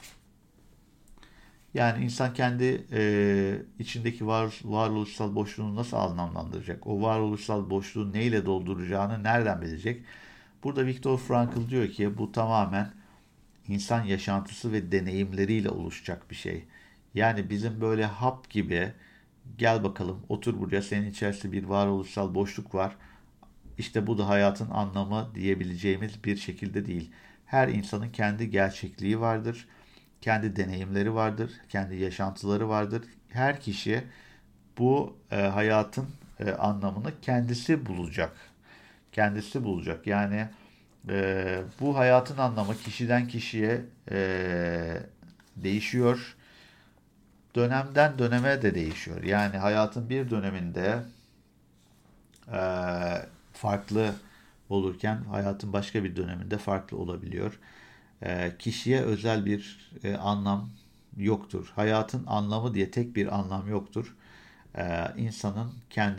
Speaker 1: Yani insan kendi içindeki varoluşsal boşluğunu nasıl anlamlandıracak? O varoluşsal boşluğu neyle dolduracağını nereden bilecek? Burada Viktor Frankl diyor ki bu tamamen insan yaşantısı ve deneyimleriyle oluşacak bir şey. Yani bizim böyle hap gibi gel bakalım otur buraya, senin içerisinde bir varoluşsal boşluk var. İşte bu da hayatın anlamı diyebileceğimiz bir şekilde değil. Her insanın kendi gerçekliği vardır, kendi deneyimleri vardır, kendi yaşantıları vardır. Her kişi bu hayatın anlamını kendisi bulacak. Kendisi bulacak. Yani bu hayatın anlamı kişiden kişiye değişiyor. Dönemden döneme de değişiyor. Yani hayatın bir döneminde e, farklı olurken hayatın başka bir döneminde farklı olabiliyor. Kişiye özel bir anlam yoktur. Hayatın anlamı diye tek bir anlam yoktur. İnsanın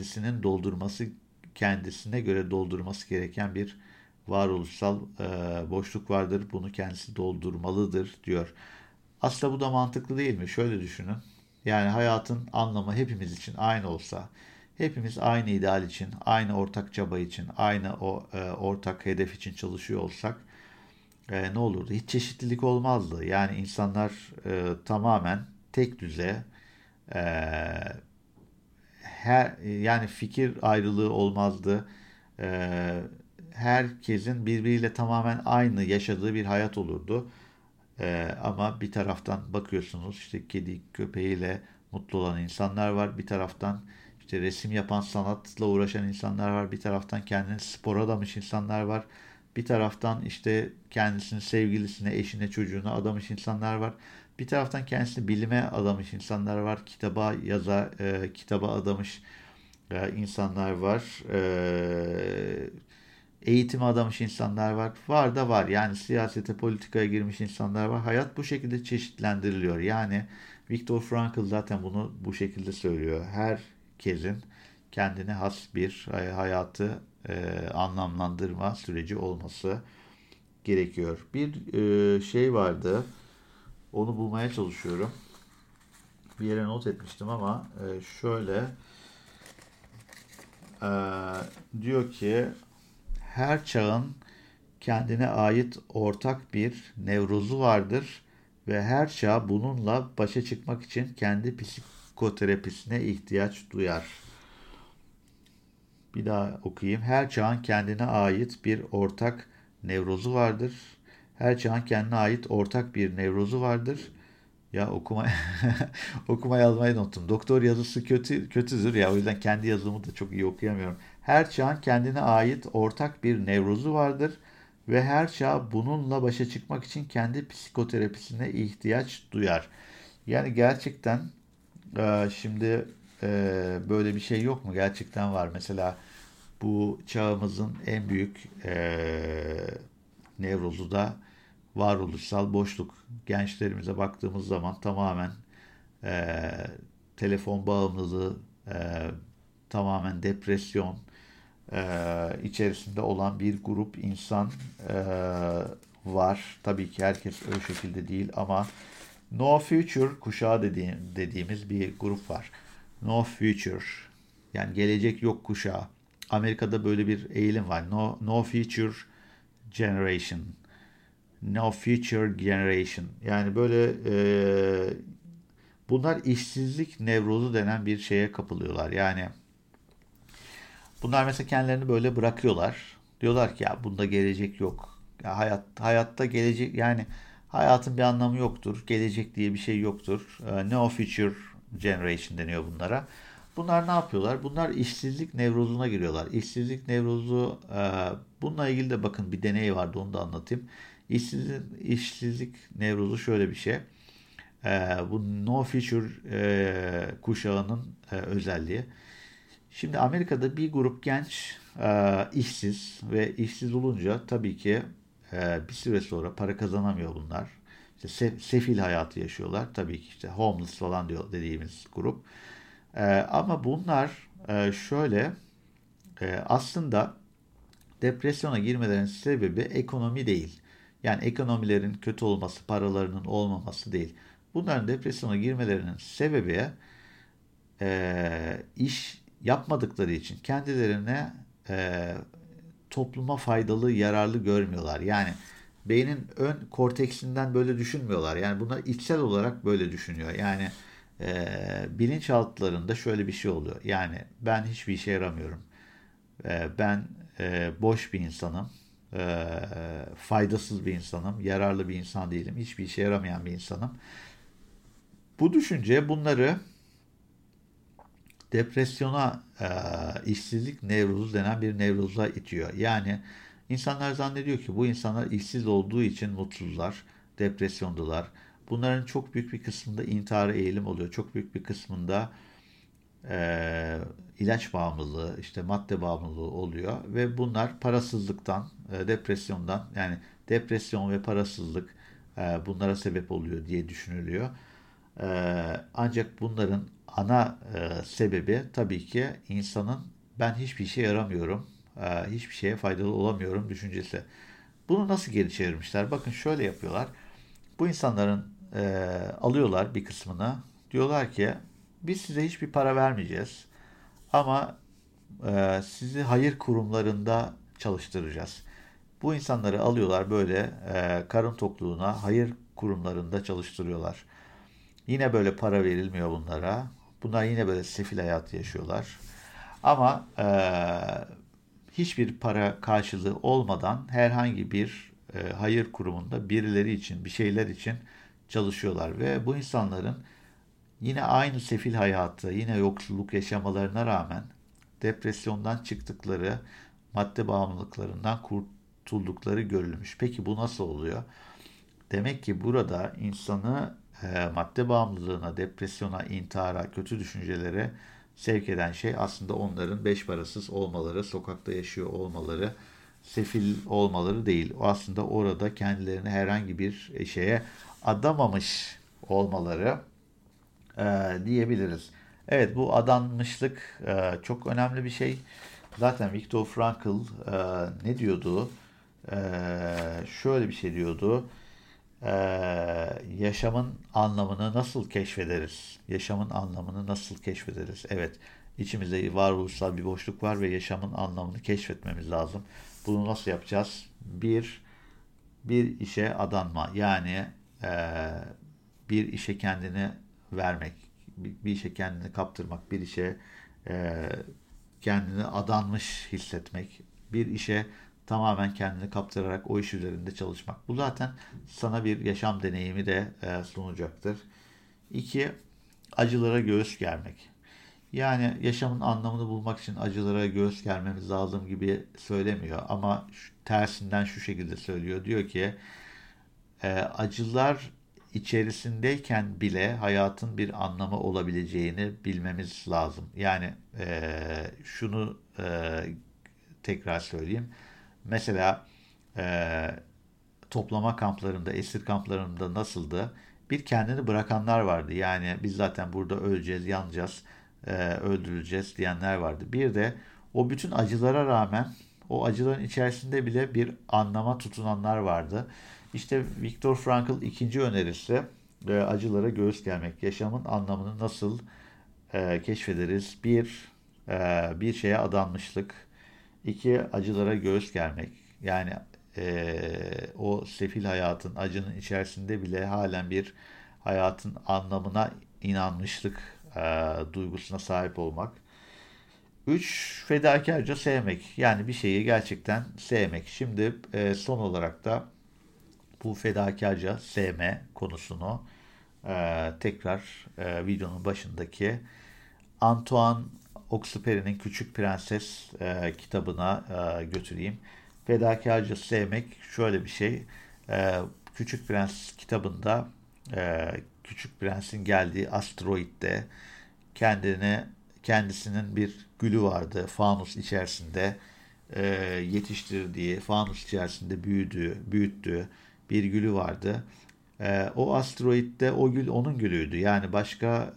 Speaker 1: kendisine göre doldurması gereken bir varoluşsal boşluk vardır. Bunu kendisi doldurmalıdır diyor. Aslında bu da mantıklı değil mi? Şöyle düşünün. Yani hayatın anlamı hepimiz için aynı olsa, hepimiz aynı ideal için, aynı ortak çaba için, aynı o ortak hedef için çalışıyor olsak ne olurdu? Hiç çeşitlilik olmazdı. Yani insanlar tamamen tek düze, e, yani fikir ayrılığı olmazdı. E, Herkesin birbiriyle tamamen aynı yaşadığı bir hayat olurdu. Ama bir taraftan bakıyorsunuz işte kedi köpeğiyle mutlu olan insanlar var. Bir taraftan işte resim yapan, sanatla uğraşan insanlar var. Bir taraftan kendini spora adamış insanlar var. Bir taraftan işte kendisini sevgilisine, eşine, çocuğuna adamış insanlar var. Bir taraftan kendisini bilime adamış insanlar var. Kitaba adamış insanlar var. Eğitime adamış insanlar var. Var da var. Yani siyasete, politikaya girmiş insanlar var. Hayat bu şekilde çeşitlendiriliyor. Yani Viktor Frankl zaten bunu bu şekilde söylüyor. Herkesin kendine has bir hayatı anlamlandırma süreci olması gerekiyor. Bir şey vardı. Onu bulmaya çalışıyorum. Bir yere not etmiştim ama şöyle e, diyor ki her çağın kendine ait ortak bir nevrozu vardır ve her çağ bununla başa çıkmak için kendi psikoterapisine ihtiyaç duyar. Bir daha okuyayım. Her çağın kendine ait bir ortak nevrozu vardır. Her çağın kendine ait ortak bir nevrozu vardır. Ya okuma yazmayı unuttum. Doktor yazısı kötüdür ya, o yüzden kendi yazımı da çok iyi okuyamıyorum. Her çağın kendine ait ortak bir nevrozu vardır ve her çağ bununla başa çıkmak için kendi psikoterapisine ihtiyaç duyar. Yani gerçekten şimdi böyle bir şey yok mu? Gerçekten var. Mesela Bu çağımızın en büyük nevrozu da varoluşsal boşluk. Gençlerimize baktığımız zaman tamamen eee, telefon bağımlılığı, tamamen depresyon içerisinde olan bir grup insan var. Tabii ki herkes o şekilde değil ama No Future kuşağı dediğimiz bir grup var. No Future, yani gelecek yok kuşağı. Amerika'da böyle bir eğilim var. No Future Generation. No Future Generation. Yani böyle bunlar işsizlik nevrozu denen bir şeye kapılıyorlar. Yani bunlar mesela kendilerini böyle bırakıyorlar. Diyorlar ki ya bunda gelecek yok. Ya hayatta gelecek, yani hayatın bir anlamı yoktur. Gelecek diye bir şey yoktur. No future generation deniyor bunlara. Bunlar ne yapıyorlar? Bunlar işsizlik nevrozuna giriyorlar. İşsizlik nevrozu, bununla ilgili de bakın bir deney vardı, onu da anlatayım. İşsizlik nevrozu şöyle bir şey. Bu no future kuşağının özelliği. Şimdi Amerika'da bir grup genç işsiz ve işsiz olunca tabii ki bir süre sonra para kazanamıyor bunlar. İşte sefil hayatı yaşıyorlar. Tabii ki işte homeless falan diyor dediğimiz grup. Ama bunlar şöyle, aslında depresyona girmelerinin sebebi ekonomi değil. Yani ekonomilerin kötü olması, paralarının olmaması değil. Bunların depresyona girmelerinin sebebi iş yapmadıkları için kendilerine e, topluma faydalı, yararlı görmüyorlar. Yani beynin ön korteksinden böyle düşünmüyorlar. Yani bunlar içsel olarak böyle düşünüyor. Yani bilinçaltlarında şöyle bir şey oluyor. Yani ben hiçbir işe yaramıyorum. Ben boş bir insanım. Faydasız bir insanım. Yararlı bir insan değilim. Hiçbir işe yaramayan bir insanım. Bu düşünce bunları depresyona, işsizlik nevrozu denen bir nevroza itiyor. Yani insanlar zannediyor ki bu insanlar işsiz olduğu için mutsuzlar, depresyondalar. Bunların çok büyük bir kısmında intihara eğilim oluyor. Çok büyük bir kısmında ilaç bağımlılığı, işte madde bağımlılığı oluyor ve bunlar parasızlıktan, depresyondan, yani depresyon ve parasızlık bunlara sebep oluyor diye düşünülüyor. Ancak bunların ana sebebi tabii ki insanın ben hiçbir işe yaramıyorum, hiçbir şeye faydalı olamıyorum düşüncesi. Bunu nasıl geri çevirmişler? Bakın şöyle yapıyorlar. Bu insanların alıyorlar bir kısmını. Diyorlar ki biz size hiçbir para vermeyeceğiz. Ama sizi hayır kurumlarında çalıştıracağız. Bu insanları alıyorlar böyle karın tokluğuna hayır kurumlarında çalıştırıyorlar. Yine böyle para verilmiyor bunlara. Bunlar yine böyle sefil hayatı yaşıyorlar. Ama hiçbir para karşılığı olmadan herhangi bir hayır kurumunda birileri için, bir şeyler için çalışıyorlar. Ve bu insanların yine aynı sefil hayatı, yine yoksulluk yaşamalarına rağmen depresyondan çıktıkları, madde bağımlılıklarından kurtuldukları görülmüş. Peki bu nasıl oluyor? Demek ki burada insanı madde bağımlılığına, depresyona, intihara, kötü düşüncelere sevk eden şey aslında onların beş parasız olmaları, sokakta yaşıyor olmaları, sefil olmaları değil. O aslında orada kendilerini herhangi bir şeye adamamış olmaları diyebiliriz. Evet, bu adanmışlık çok önemli bir şey. Zaten Viktor Frankl ne diyordu? Şöyle bir şey diyordu. Yaşamın anlamını nasıl keşfederiz? Yaşamın anlamını nasıl keşfederiz? Evet, içimizde varoluşsal bir boşluk var ve yaşamın anlamını keşfetmemiz lazım. Bunu nasıl yapacağız? Bir işe adanma. Yani eee, bir işe kendini vermek, bir işe kendini kaptırmak, bir işe eee, kendini adanmış hissetmek, bir işe tamamen kendini kaptırarak o iş üzerinde çalışmak. Bu zaten sana bir yaşam deneyimi de sunacaktır. İki, acılara göğüs germek. Yani yaşamın anlamını bulmak için acılara göğüs germemiz lazım gibi söylemiyor ama tersinden şu şekilde söylüyor. Diyor ki acılar içerisindeyken bile hayatın bir anlamı olabileceğini bilmemiz lazım. Yani şunu tekrar söyleyeyim. Mesela toplama kamplarında, esir kamplarında nasıldı? Bir kendini bırakanlar vardı. Yani biz zaten burada öleceğiz, yanacağız, öldürüleceğiz diyenler vardı. Bir de o bütün acılara rağmen o acıların içerisinde bile bir anlama tutunanlar vardı. İşte Viktor Frankl ikinci önerisi acılara göğüs germek. Yaşamın anlamını nasıl keşfederiz? Bir şeye adanmışlık. İki, acılara göğüs germek. Yani o sefil hayatın, acının içerisinde bile halen bir hayatın anlamına inanmışlık duygusuna sahip olmak. Üç, fedakarca sevmek. Yani bir şeyi gerçekten sevmek. Şimdi son olarak da bu fedakarca sevme konusunu tekrar videonun başındaki Antoine Exupéry'nin Küçük Prenses kitabına götüreyim. Fedakarca sevmek şöyle bir şey. E, Küçük Prens kitabında Küçük Prens'in geldiği asteroitte kendisinin bir gülü vardı. Fanus içerisinde yetiştirdiği, fanus içerisinde büyüttüğü bir gülü vardı. O asteroitte o gül onun gülüydü. Yani başka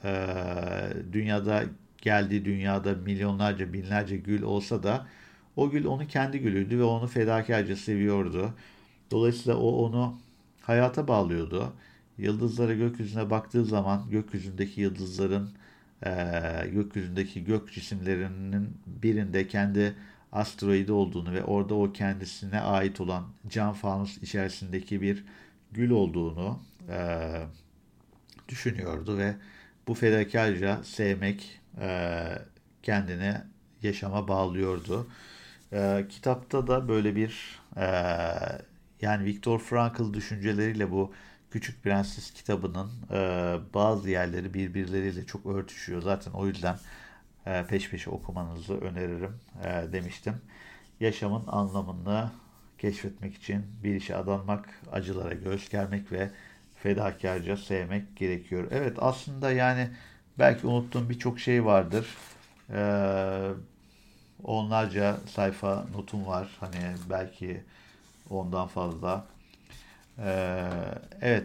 Speaker 1: dünyada milyonlarca, binlerce gül olsa da o gül onun kendi gülüydü ve onu fedakarca seviyordu. Dolayısıyla o onu hayata bağlıyordu. Yıldızlara gökyüzüne baktığı zaman gökyüzündeki yıldızların gökyüzündeki gök cisimlerinin birinde kendi asteroidi olduğunu ve orada o kendisine ait olan cam fanus içerisindeki bir gül olduğunu düşünüyordu ve bu fedakarca sevmek kendini yaşama bağlıyordu. Kitapta da böyle bir yani Viktor Frankl düşünceleriyle bu Küçük Prenses kitabının bazı yerleri birbirleriyle çok örtüşüyor. Zaten o yüzden peş peşe okumanızı öneririm demiştim. Yaşamın anlamını keşfetmek için bir işe adanmak, acılara göğüs germek ve fedakarca sevmek gerekiyor. Evet, aslında yani belki unuttuğum birçok şey vardır. Ee, Onlarca sayfa notum var. Hani belki ondan fazla. Ee, evet,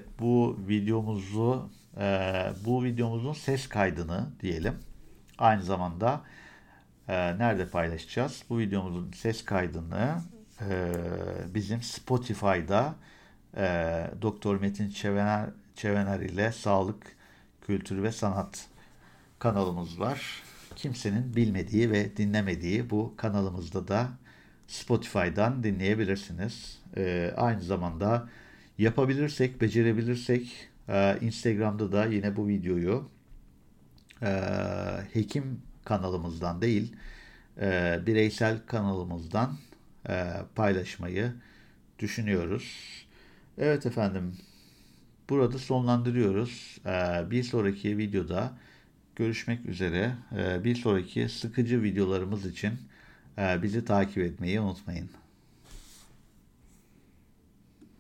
Speaker 1: bu videomuzun ses kaydını diyelim. Aynı zamanda nerede paylaşacağız? Bu videomuzun ses kaydını bizim Spotify'da Doktor Metin Çevener ile Sağlık, Kültür ve Sanat kanalımız var. Kimsenin bilmediği ve dinlemediği bu kanalımızda da Spotify'dan dinleyebilirsiniz. Aynı zamanda yapabilirsek, becerebilirsek Instagram'da da yine bu videoyu e, hekim kanalımızdan değil, bireysel kanalımızdan paylaşmayı düşünüyoruz. Evet efendim, burada sonlandırıyoruz. Bir sonraki videoda görüşmek üzere. Bir sonraki sıkıcı videolarımız için bizi takip etmeyi unutmayın.